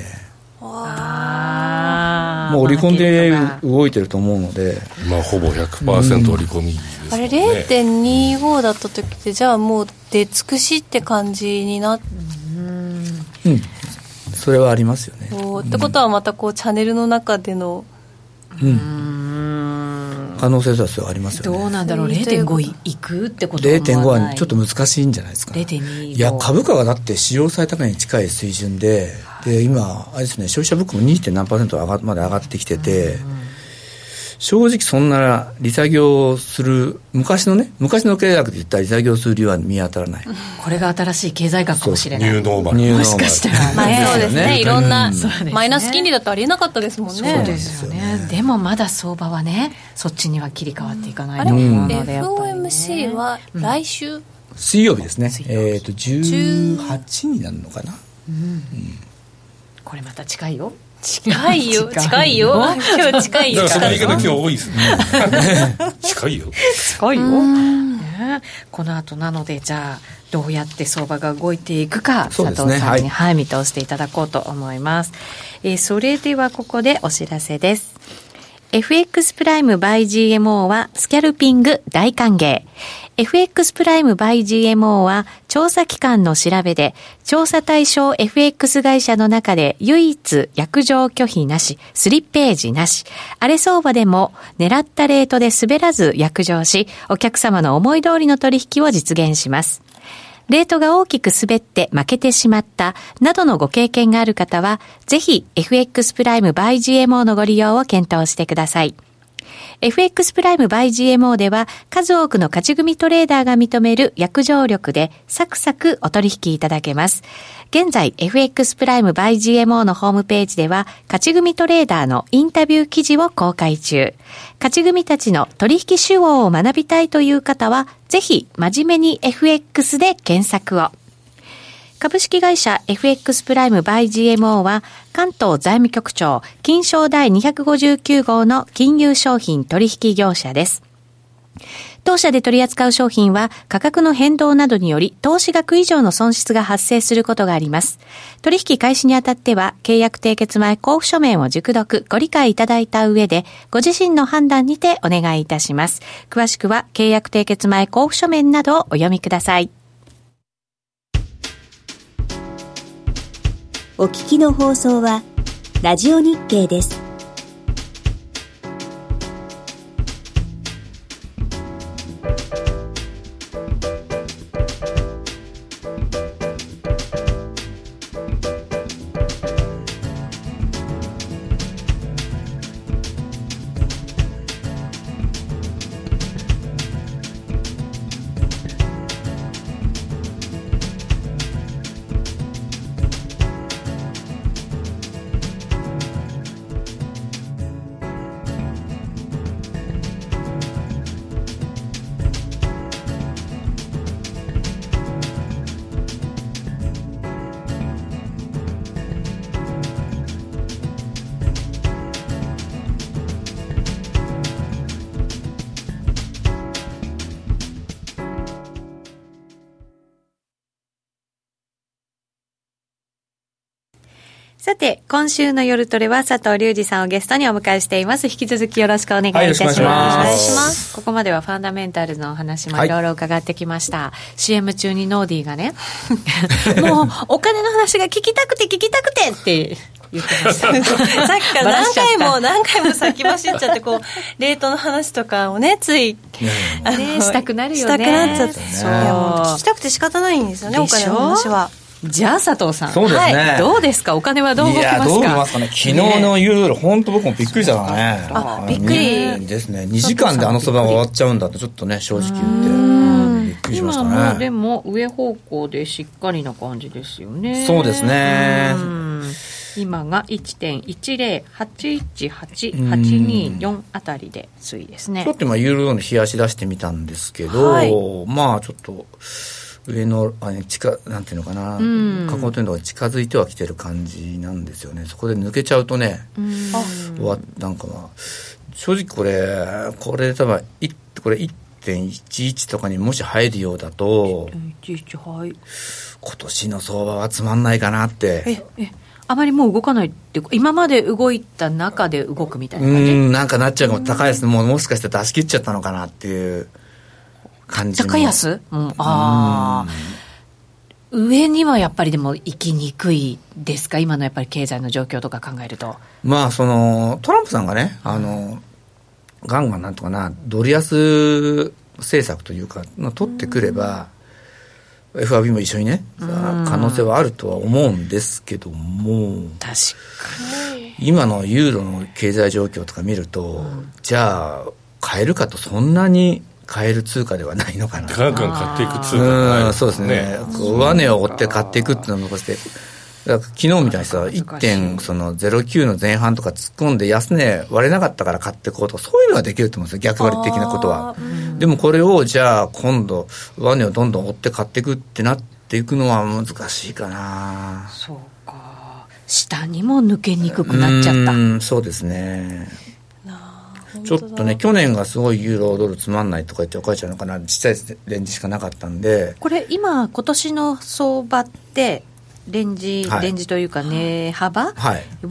あ
もう織り込んで動いてると思うので、
まあ、ほぼ ひゃくパーセント 織り込みですよね、
うん、あれ ゼロてんにご だった時ってじゃあもう出尽くしって感じになって、うん、
うん、それはありますよね。
ってことはまたこうチャンネルの中での、
うん、うん可能性としてはありますよね。
どうなんだろう、 ゼロてんご いくってことは
ゼロてんご はちょっと難しいんじゃないですか。
ゼロてんにご
いや株価がだって史上最高値に近い水準で、で今あれですね、消費者物価も にてんななパーセント 上がまで上がってきてて、うん、正直そんな利下げをする昔のね昔の経済学で言ったら利下げをする理由は見当たらない、うん、
これが新しい経済学かもしれない。
ニューノーマル、
もしかしたら、
まあ、そうですね、いろんな、
うん、
マイナス金利だとありえなかったですもんね。
そうですよね。でもまだ相場はねそっちには切り替わっていかないと思うので、
エフオーエムシー は来週、うん、
水曜日ですね、えー、とじゅうはちになるのかな、うんうん、
これまた近いよ
近いよ近いよ今日近いよ。
だからその言い方今日多いですね近いよ
近いよ、ね、この後なのでじゃあどうやって相場が動いていくか、佐藤さんに、はいはい、見通していただこうと思います。えー、それではここでお知らせです。 エフエックス プライム by ジーエムオー はスキャルピング大歓迎。エフエックス プライム by ジーエムオー は調査機関の調べで調査対象 エフエックス 会社の中で唯一約定拒否なし、スリッページなし、荒れ相場でも狙ったレートで滑らず約定し、お客様の思い通りの取引を実現します。レートが大きく滑って負けてしまったなどのご経験がある方は、ぜひ エフエックス プライム by ジーエムオー のご利用を検討してください。エフエックス プライム by ジーエムオー では数多くの勝ち組トレーダーが認める約定力でサクサクお取引いただけます。現在 エフエックス プライム by ジーエムオー のホームページでは勝ち組トレーダーのインタビュー記事を公開中。勝ち組たちの取引手法を学びたいという方はぜひ真面目に エフエックス で検索を。株式会社 エフエックス プライム by ジーエムオー は関東財務局長金商第にひゃくごじゅうきゅう号の金融商品取引業者です。当社で取り扱う商品は価格の変動などにより投資額以上の損失が発生することがあります。取引開始にあたっては契約締結前交付書面を熟読ご理解いただいた上でご自身の判断にてお願いいたします。詳しくは契約締結前交付書面などをお読みください。
お聞きの放送はラジオ日経です。
さて今週の夜トレは佐藤隆二さんをゲストにお迎えしています。引き続きよろしくお願いいたします。
はい、よろしくお願い
します。ここまではファンダメンタルズのお話もいろいろ伺ってきました、はい、シーエム 中にノーディーがねもうお金の話が聞きたくて聞きたくてって言ってました
さっきから何回も何回も先走っちゃってこうレートの話とかをねつい、
ね、したくなるよね。
したくなっちゃって、そう、いやもう聞きたくて仕方ないんですよね、お金の話は。
じゃあ佐藤さん、
そうですね、
はい、どうですか、お金はどう動きますか。
いやどう動きますかね。昨日のユーロドル本当僕もびっくりしたからね。
あ、びっくり
ですね。にじかんであの相場が終わっちゃうんだってちょっとね正直言ってびっくりしましたね。
今もでも上方向でしっかりな感じですよね。
そうですね。
今が いってんいちゼロはちいちはちはちによん あたりで推移ですね。
ちょっと今ユーロドルの冷やし出してみたんですけど、はい、まあちょっと上のあれ近なんていうのかな、下降トレンドが近づいてはきてる感じなんですよね。そこで抜けちゃうとね、うんわなんかまあ正直これこれ多分これ いってんいちいち とかにもし入るようだと いってんいちいち、はい、今年の相場はつまんないかなって。
ええあまりもう動かないって今まで動いた中で動くみたいな感じ。
うんなんかなっちゃうかも。高安ももしかして出し切っちゃったのかなっていう感じも。
高安、うん、ああ上にはやっぱりでも行きにくいですか、今のやっぱり経済の状況とか考えると。
まあそのトランプさんがねあのガンガンなんとかなドル安政策というかの取ってくれば、うん、エフアールビー も一緒にね、うん、可能性はあるとは思うんですけども、
確かに
今のユーロの経済状況とか見ると、うん、じゃあ買えるかとそんなに買える通貨ではないのかな。
ガンガン買っていく通貨ではないですね。
そうですね。上値を追って買っていくっていうのを残して、だから昨日みたいにさ いってんゼロきゅう の前半とか突っ込んで安値割れなかったから買っていこうとか、そういうのができると思うんですよ、逆割り的なことは。でもこれをじゃあ今度上値をどんどん追って買っていくってなっていくのは難しいかな。
そうか、下にも抜けにくくなっちゃった。
うん、そうですね。ちょっとね去年がすごいユーロドルつまんないとか言っておかれちゃうのかな、ちっちゃいレンジしかなかったんで。
これ今今年の相場ってレンジ、はい、レンジというか値幅は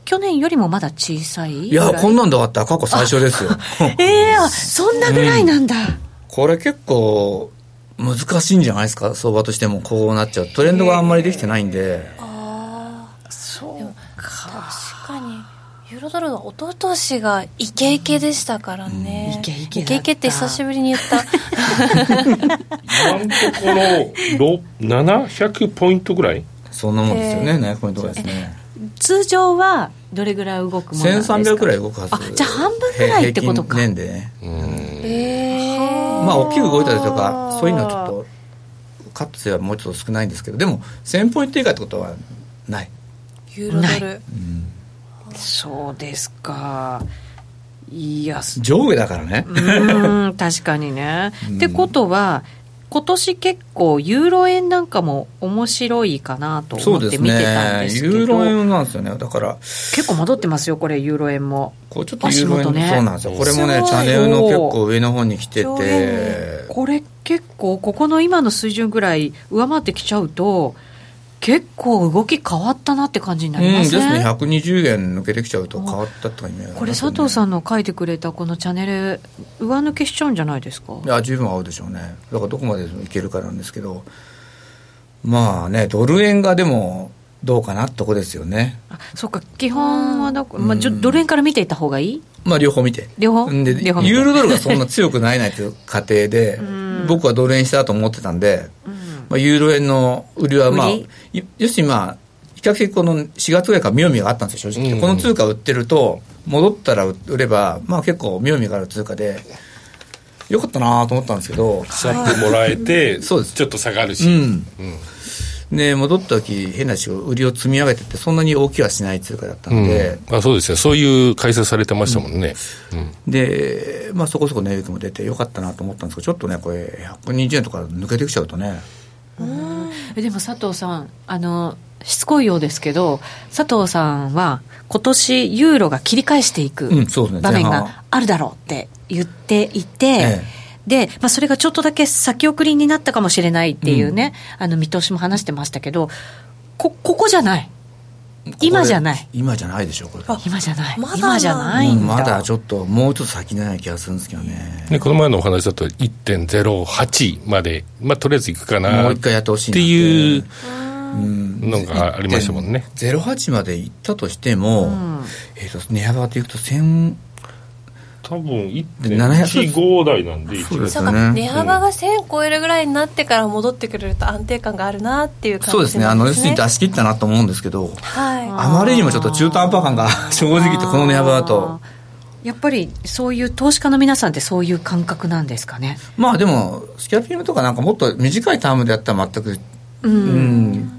去年よりもまだ小さい？
いやこんなんで終わったら過去最初ですよ。
ええー、そんなぐらいなんだ、うん、
これ結構難しいんじゃないですか、相場としても。こうなっちゃうトレンドがあんまりできてないんで。
ああ、そうか。確かにユーロドルの一昨年がイケイケでしたからね、
うん、イケイケ
イケイケって久しぶりに言った
今のところななひゃくポイントぐらい、
そんなもんですよね。ななひゃくポイントぐらいですね。
通常はどれぐらい動くものなんですか？
せんさんびゃくぐらい動くはず。
あ、じゃあ半分ぐらいってことか。
平均年でね。
うん、
えー、
まあ大きく動いたりとかそういうのはちょっとカット数はもうちょっと少ないんですけど、でもせんポイント以下ってことはない
ユーロドル、うん、
そうですか。いや
上下だからね。
うん確かにね、うん、ってことは今年結構ユーロ円なんかも面白いかなと思って見てたんですけど。
そうですね、ユーロ円なんですよね。だから
結構戻ってますよこれユーロ円も。
こうちょっとユーロ円、ね、そうなんですよ。これもねチャンネルの結構上の方に来てて、
これ結構ここの今の水準ぐらい上回ってきちゃうと結構動き変わったなって感じになりません？
うんですね。ひゃくにじゅうえん抜けてきちゃうと変わったって感じ、ね、
これ佐藤さんの書いてくれたこのチャンネル上抜けしちゃうんじゃないですか？
いや十分合うでしょうね。だからどこまでいけるかなんですけど、まあねドル円がでもどうかなってとこですよね。
あ、そうか。基本はどこ、まあ、ドル円から見ていった方がいい？
まあ両方見て
両方
で
両方見て
ユーロドルがそんな強くないないという過程で僕はドル円したと思ってたんで、まあ、ユーロ円の売りはまあ要するにまあ比較的このしがつぐらいから妙味があったんですよ正直、うん、この通貨売ってると戻ったら売ればまあ結構妙味がある通貨でよかったなと思ったんですけど、
シャップもらえてそうですちょっと下がるし、
うんうん、で戻った時変な話売りを積み上げてってそんなに大きはしない通貨だったので、
うん、あそうですよ。そういう解説されてましたもんね、
うんうん、で、まあ、そこそこ値動きも出てよかったなと思ったんですけどちょっとねこれひゃくにじゅうえんとか抜けてきちゃうとね。
うんでも佐藤さんあのしつこいようですけど佐藤さんは今年ユーロが切り返していく場面があるだろうって言っていて、うんええでまあ、それがちょっとだけ先送りになったかもしれないっていうね、うん、あの見通しも話してましたけど こ, ここじゃない今じゃない
今じゃないでしょこれ。
今じゃない、
ま、
今じゃないんだ、
うん、まだちょっともうちょっと先ない気がするんですけどね。
ねこの前のお話だと いってんゼロはち まで、まあ、とりあえずいくかな
もう一回やってほしい
っていうのがありましたもんね。
ゼロはちまでいったとしても、うんえー、と値幅でいくとせん
多分 いってんいちご 台なんで
そうです
よね。値幅がせん超えるぐらいになってから戻ってくれると安定感があるなっていう感じ
そうですね。あの要するに出し切ったなと思うんですけど、はい、あまりにもちょっと中途半端感が正直言ってこの値幅だと
やっぱりそういう投資家の皆さんってそういう感覚なんですかね。
まあでもスキャピングとかなんかもっと短いタームでやったら全く、うんうん、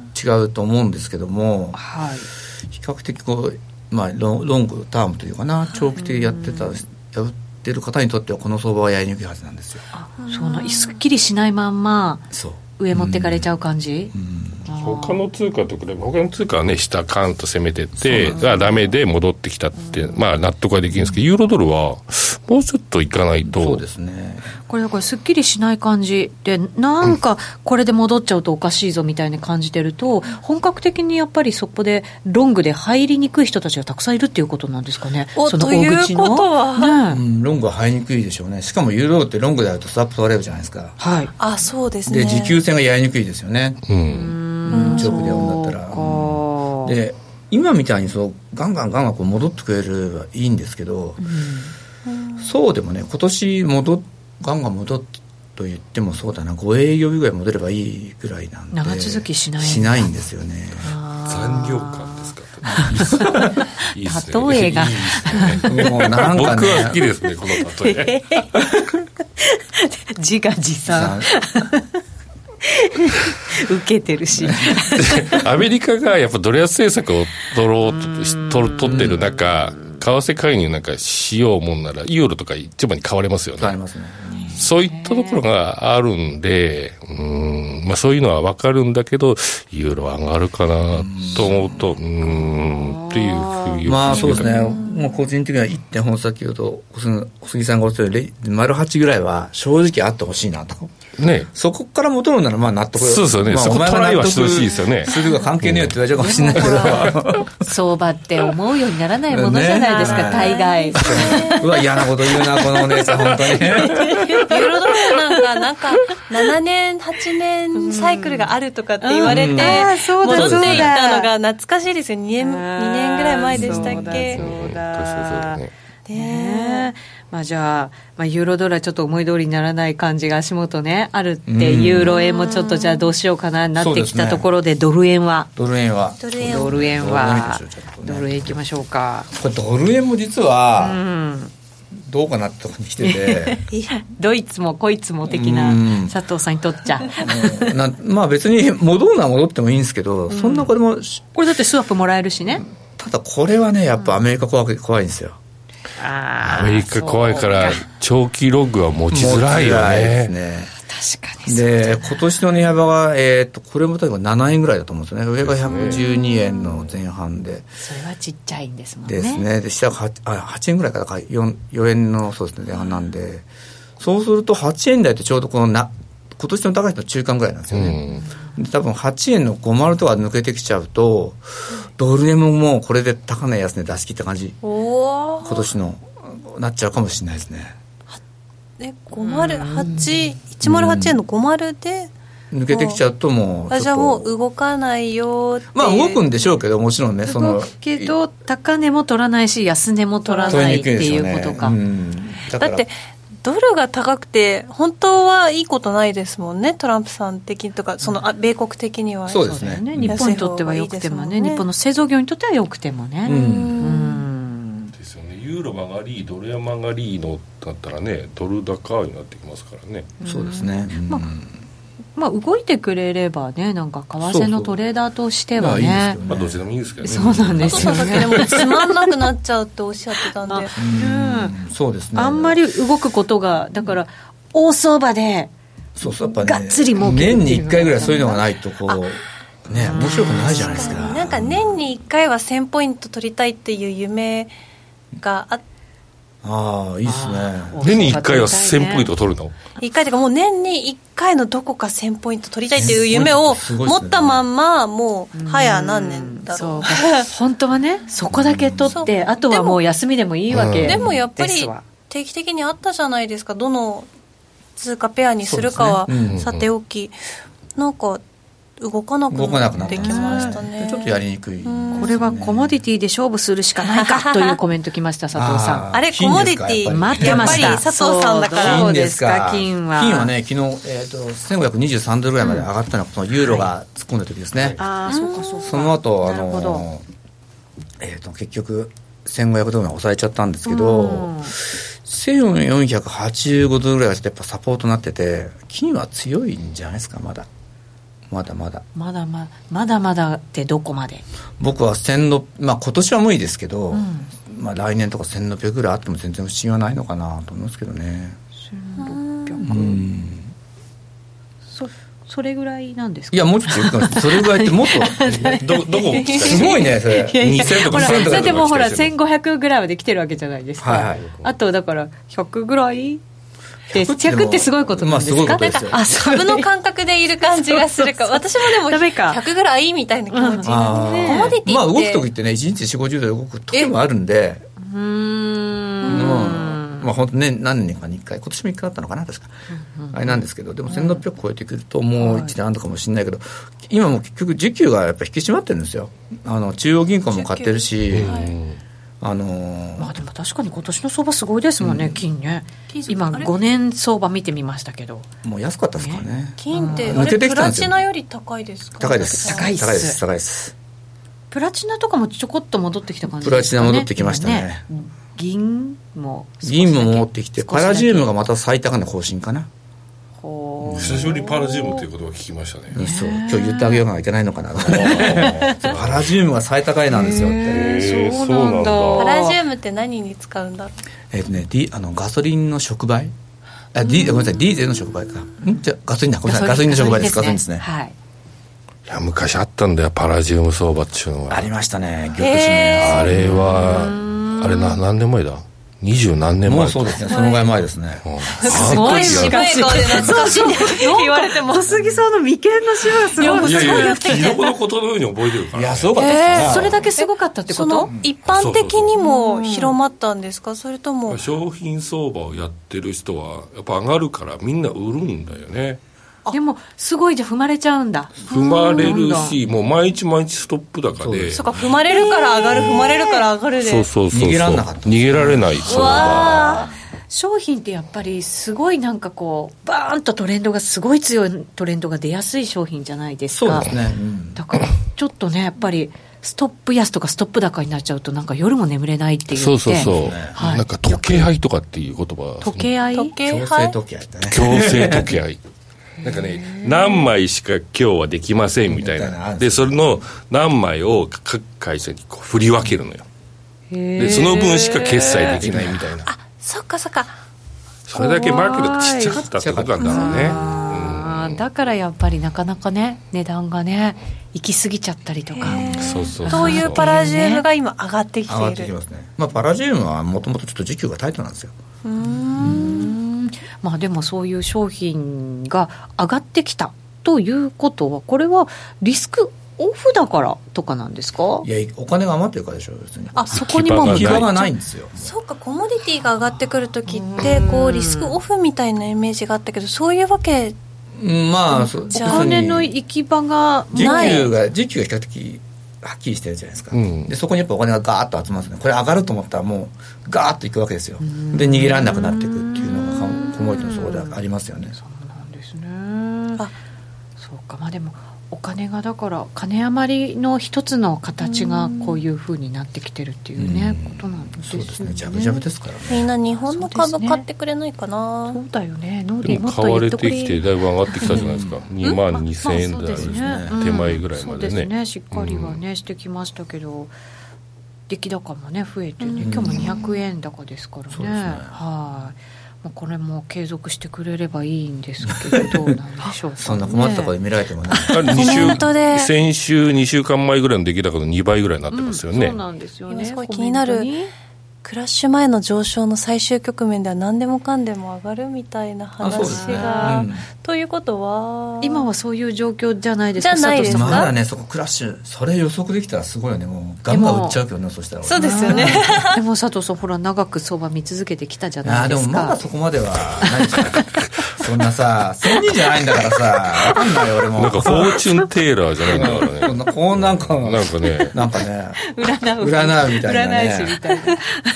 違うと思うんですけども、はい、比較的こう、まあ、ロン、ロングタームというかな長期的にやってた、はい、やってる方にとってはこの相場はやりにくいはずなんですよ。
あそうなすっきりしないまんま上持ってかれちゃう感じ、うんうん
他の通貨と比べ他の通貨はね下カーンと攻めてってがダメで戻ってきたって、うん、まあ納得はできるんですけど、ユーロドルはもうちょっといかないと。
そうですね。
これだからすっきりしない感じでなんかこれで戻っちゃうとおかしいぞみたいに感じてると、うん、本格的にやっぱりそこでロングで入りにくい人たちがたくさんいるっていうことなんですかね。
お
その
大口のということは、
ねうん、ロングは入りにくいでしょうね。しかもユーロってロングであるとスワップ取れるじゃないですか。
はい、
あそうですね。
で持久戦がやりにくいですよね。うん長期でやるんだったら、
うん、
で今みたいにそうガンガンガンガンこう戻ってくれればいいんですけど、うん、そうでもね今年戻ガンガン戻ってと言ってもそうだなご営業日ぐらい戻ればいいぐらいなんで
長続きしない
しないんですよね。
残業感ですかいいですね
例えがいい
ですねもうなんか、ね、
僕は好きですねこの例え
自画自賛受けてるし
アメリカがやっぱドル安政策を取ろうと取る取ってる中為替介入なんかしようもんならユーロとか一番に買われますよね。
買われますね。
そういったところがあるんで、うん、まあ、そういうのは分かるんだけどユーロ上がるかなと思うと、うん、っていうふうに
まあそうですね、もう個人的にはいってんほん先ほど小杉さんがおっしゃる丸はちぐらいは正直あってほしいなと、ね、そこから戻るならまあ納得、
そうですよね、まあ、そこトライはしてほしいですよね。
するが関係ねえよって言われちゃうかもしれないけど
相場って思うようにならないものじゃないですか、ね、大概
うわ嫌なこと言うなこのお姉さん本当にユ
ーロドルなんかなんかななねんはちねんサイクルがあるとかって言われて戻っていったのが懐かしいですよ。にねん、にねんぐらい前でしたっけ。
そうだねねまあ、じゃあ、まあ、ユーロドルはちょっと思い通りにならない感じが足元ねあるって、ユーロ円もちょっとじゃあどうしようかななってきたところで、ドル円は
ドル円は
ドル円はドル円はドル円いきましょうか。
これドル円も実は、うんどうかなってとこに来てて
どいつもこいつも的な佐藤さんにとっちゃ
なまあ別に戻るのは戻ってもいいんですけど、うん、そんなこれも
これだってスワップもらえるしね。
ただこれはねやっぱアメリカ怖い、怖いんですよ。
あアメリカ怖いから長期ロッグは持ちづらいよね。
ですね。
確かに
で今年の値幅が、えー、とこれも例えばななえんぐらいだと思うんですよね。上がひゃくじゅうにえんの前半で、
それはちっちゃいんですもんね。
ですね。で下が 8, あはちえんぐらいから 4, 4円のそうですね前半なんで、そうするとはちえん台ってちょうどこのな今年の高いの中間ぐらいなんですよね、うん、で多分はちえんのごじゅうとか抜けてきちゃうとドル円ももうこれで高値安値出し切った感じ今年のなっちゃうかもしれないですね。
えごじゅうはち、いちまるはちえんのごじゅうで
抜けてきちゃうともうちょっと
じゃあもう動かないよっていう。
まあ動くんでしょうけどもちろんねその
動くけど高値も取らないし安値も取らないっていうことか、
ねうん、
だ, だってドルが高くて本当はいいことないですもんね。トランプさん的にとかそのあ米国的には
そうですね。
そうだよね日本にとってはよくてもね、日本の製造業にとってはよくてもね、うんうん
ですよね。ユーロ曲がりドル円曲がりのだったらねドル高になってきますからね。
そうですね、うん
まあまあ、動いてくれればねなんか為替のトレーダーとしては ね,
そうそう、まあいいですけどね、まあ、どっちでもいいですけどね。
そうなんですよね。
でもつまんなくなっちゃうっておっしゃってたんで
うんそうですね。
あんまり動くことがだから大相場で
そうそうやっぱ、ね、
がっつり儲ける
年にいっかいぐらいそういうのがないとこうね面白くないじゃないですか。
なんか年にいっかいはせんポイント取りたいっていう夢があって、
ああいいですね。
年にいっかいはせんポイント取るの
いっかいというかもう年にいっかいのどこかせんポイント取りたいっていう夢を持ったまんまもう早何年だろう。
本当はねそこだけ取ってあとはもう休みでもいいわけですわ。
でもやっぱり定期的にあったじゃないですか。どの通貨ペアにするかはさておき、なんか動かなくなってきましたね。
ちょっとやりにくい、
これはコモディティで勝負するしかないかというコメントきました佐藤さん。
あ, あれコモディティ
待ってました。
やっぱり佐藤さんだから
どうですか金は。
金はね昨日、えー、とせんごひゃくにじゅうさんドルぐらいまで上がったのが、うん、そのユーロが突っ込んだ時ですね、はい、
あそうかそうか。
その後あの、えー、と結局せんごひゃくドルまで抑えちゃったんですけど、うん、せんよんひゃくはちじゅうごドルぐらいがやっぱサポートになってて金は強いんじゃないですか。まだまだまだ
まだまだまだまだってどこまで。
僕はせんろっぴゃく、まあ、今年は無理ですけど、うんまあ、来年とかせんろっぴゃくぐらいあっても全然不思議はないのかなと思いますけどね。
せんろっぴゃく、うん、そ, それぐらいなんですか。
いやもうちょっと言ってますそれぐらいってもっと
ど, どこ
すごいねそれにせんとか
せんとかそれでもほらせんごひゃくぐらいまで来てるわけじゃないですか、
はいはい、
あとだからひゃくぐらいひゃくってすごいことなんですか。
まあ、すごいことですよ。
あ株の感覚でいる感じがするか私もでもひゃくぐらいみたいな気持ちになって、うん、コモディティって
まあ動く時ってねいちにちよんじゅうごじゅうど動く時もあるんで
うーん
まあ、まあ本当ね何年かにいっかい今年もいっかいあったのかな確か、うんうん、あれなんですけどでもせんろっぴゃく超えてくるともういちねんあるのかもしれないけど、はい、今も結局需給がやっぱ引き締まってるんですよ。あの中央銀行も買ってるし、あのー、
まあでも確かに今年の相場すごいですもんね、うん、金ね。今ごねん相場見てみましたけど
もう安かったですからね。
ね金ってあれプラチナより高いですか。
高いです
高いです
高いです高いです。
プラチナとかもちょこっと戻ってきた感じですかね。
プラチナ戻ってきましたね。ね
銀も
銀も戻ってきてパラジウムがまた最高値更新かな。
久しぶりにパラジウムということを聞きましたね。
そう今日言ってあげようがいけないのかなパラジウムが最高値なんですよって。
そうなんだ。
パラジウムって何に使うんだろう。
えっとね、D、あのガソリンの触媒あ、D、ごめんなさい、ディーゼルの触媒か。んじゃガソリンだ、ごめんなさい、ガソリンの触媒です。ガソリンですね。
はい。
いや昔あったんだよ、パラジウム相場っていうのは。
ありましたね、玉地ね。
あれはあれな何年前だ、二十何年前。
もうそうですね、そのぐらい前ですね。
すごい渋い顔で懐かしい言われても
小杉さんの眉間のシワがすごい。
いやいやいや、昨日のことのように覚えてるから、ね、
いやすごかったですね、
えー、それだけすごかったってこと？その
一般的にも広まったんですか？それとも
商品相場をやってる人はやっぱ上がるからみんな売るんだよね。
でもすごいじゃ踏まれちゃうんだ。
踏まれるし、もう毎日毎日ストップ高で、
そうか、踏まれるから上がる、踏まれるから上がるで、
そうそうそうそう、
逃げられなかった。
逃げられない相場。
商品ってやっぱりすごいなんかこうバーンとトレンドがすごい強いトレンドが出やすい商品じゃないですか。
そうですね、うん、
だからちょっとねやっぱりストップ安とかストップ高になっちゃうとなんか夜も眠れないっていう。
そうそうそう、
はい、
なんか時計配とかっていう言葉、
時計配、
時計
配、強制時計ってね、
強制時計配なんかね、何枚しか今日はできませんみたいな。で、それの何枚を各会社にこう振り分けるのよ。で、その分しか決済できないみたいな。
あ、そっかそっか。
それだけマーケットがちっちゃかったってことなんだろうね。
あ、だからやっぱりなかなかね、値段がね、行き過ぎちゃったりとか。
そうそうそう。
そういうパラジウムが今上がってきている。
上がってきますね。まあ、パラジウムはもともとちょっと時給がタイトなんですよ。
うーん。まあ、でもそういう商品が上がってきたということはこれはリスクオフだからとかなんですか？
いや、お金が余ってるからでしょ、別に。
あ、そこにも
行き場がないんですよ。
そうか、コモディティが上がってくるときってこうリスクオフみたいなイメージがあったけど、そういうわけ、
まあ、
お金の行き場がない。
時給が時給が比較的はっきりしてるじゃないですか、うん、でそこにやっぱお金がガーッと集まるんですね。これ上がると思ったらもうガーッといくわけですよ。で逃げられなくなっていくっていうのがコモディティのそうでありますよね。
そうなんですね。あ、そうか。まあでもお金がだから金余りの一つの形がこういう風になってきてるっていうね、うん、ことなんですよね。
そうですね、ジャブジャブですからね。
みんな日本の株買ってくれないかな。
そうだよね。ノーディ
でも買われてきてだいぶ上がってきたじゃないですか、うん、にまんにせんえん台ですね、うん、手前ぐらいまでね、
そうですね、しっかりはね、うん、してきましたけど、出来高もね増えてね、うん、今日もにひゃくえん高ですからね、
そうですね、
はい、これも継続してくれればいいんですけどどうなんでしょうか、ね、
そんな困ったこと見られてもね
先週にしゅうかんまえぐらいの出来高のにばいぐらいになってますよね、
うん、そうなんですよね。
すごい気になる。クラッシュ前の上昇の最終局面では何でもかんでも上がるみたいな話が、ね、うん、ということは
今はそういう状況じゃないですか。
じゃないですか。
まだね、そこクラッシュそれ予測できたらすごいよね。もうガンガン売っちゃうけどね。そしたら
そうですよね。
でも佐藤さんほら長く相場見続けてきたじゃないですか。
あ、でもまだそこまではないじゃないそんなさせんにんじゃないんだからさ、分かんないよ俺も。
なんかフォーチュンテーラーじゃないんだからね。
こんなこうなんか
なんかね
なんかね
占う
占うみたいなね。
占い師みたい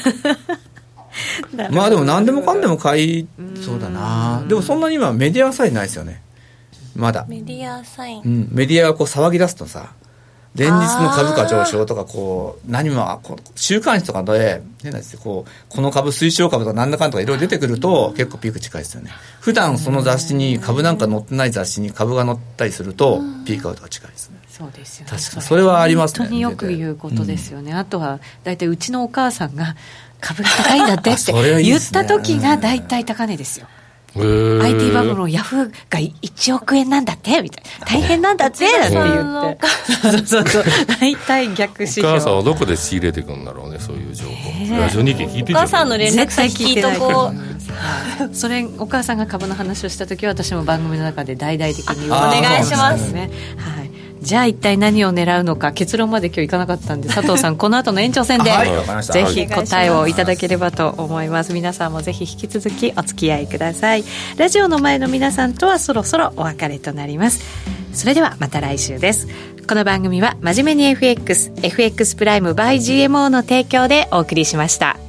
な
まあでも何でもかんでも買いそうだな。でもそんなに今メディアサインないですよねまだ。
メディアサイン、
うん、メディアがこう騒ぎ出すとさ、連日の株価上昇とかこう何もこう週刊誌とかで変なですこうこの株推奨株とかなんだかんとかいろいろ出てくると結構ピーク近いですよね。普段その雑誌に株なんか載ってない雑誌に株が載ったりするとピークアウトが近いですね。
そうですよね。
確かにそれはありますね。
本当によく言うことですよね、うん、あとは大体うちのお母さんが株が高いんだってって言った時が大体高値ですよ。アイティー バブルのヤフーがいちおくえんなんだってみたいな、大変なんだってって言ってそうそうそう大体逆指標。
お母さんはどこで仕入れていくんだろうね、そういう情報、えー、ラジオ日経聞いてる。
お母さんの連絡先聞いとこ
うそれお母さんが株の話をした時は私も番組の中で大々的にお
願いします、
ね、はい。じゃあ一体何を狙うのか結論まで今日いかなかったんで佐藤さんこの後の延長戦で、はい、ぜひ答えをいただければと思います。皆さんもぜひ引き続きお付き合いください。ラジオの前の皆さんとはそろそろお別れとなります。それではまた来週です。この番組は真面目に エフエックス エフエックス プライム by ジーエムオー の提供でお送りしました。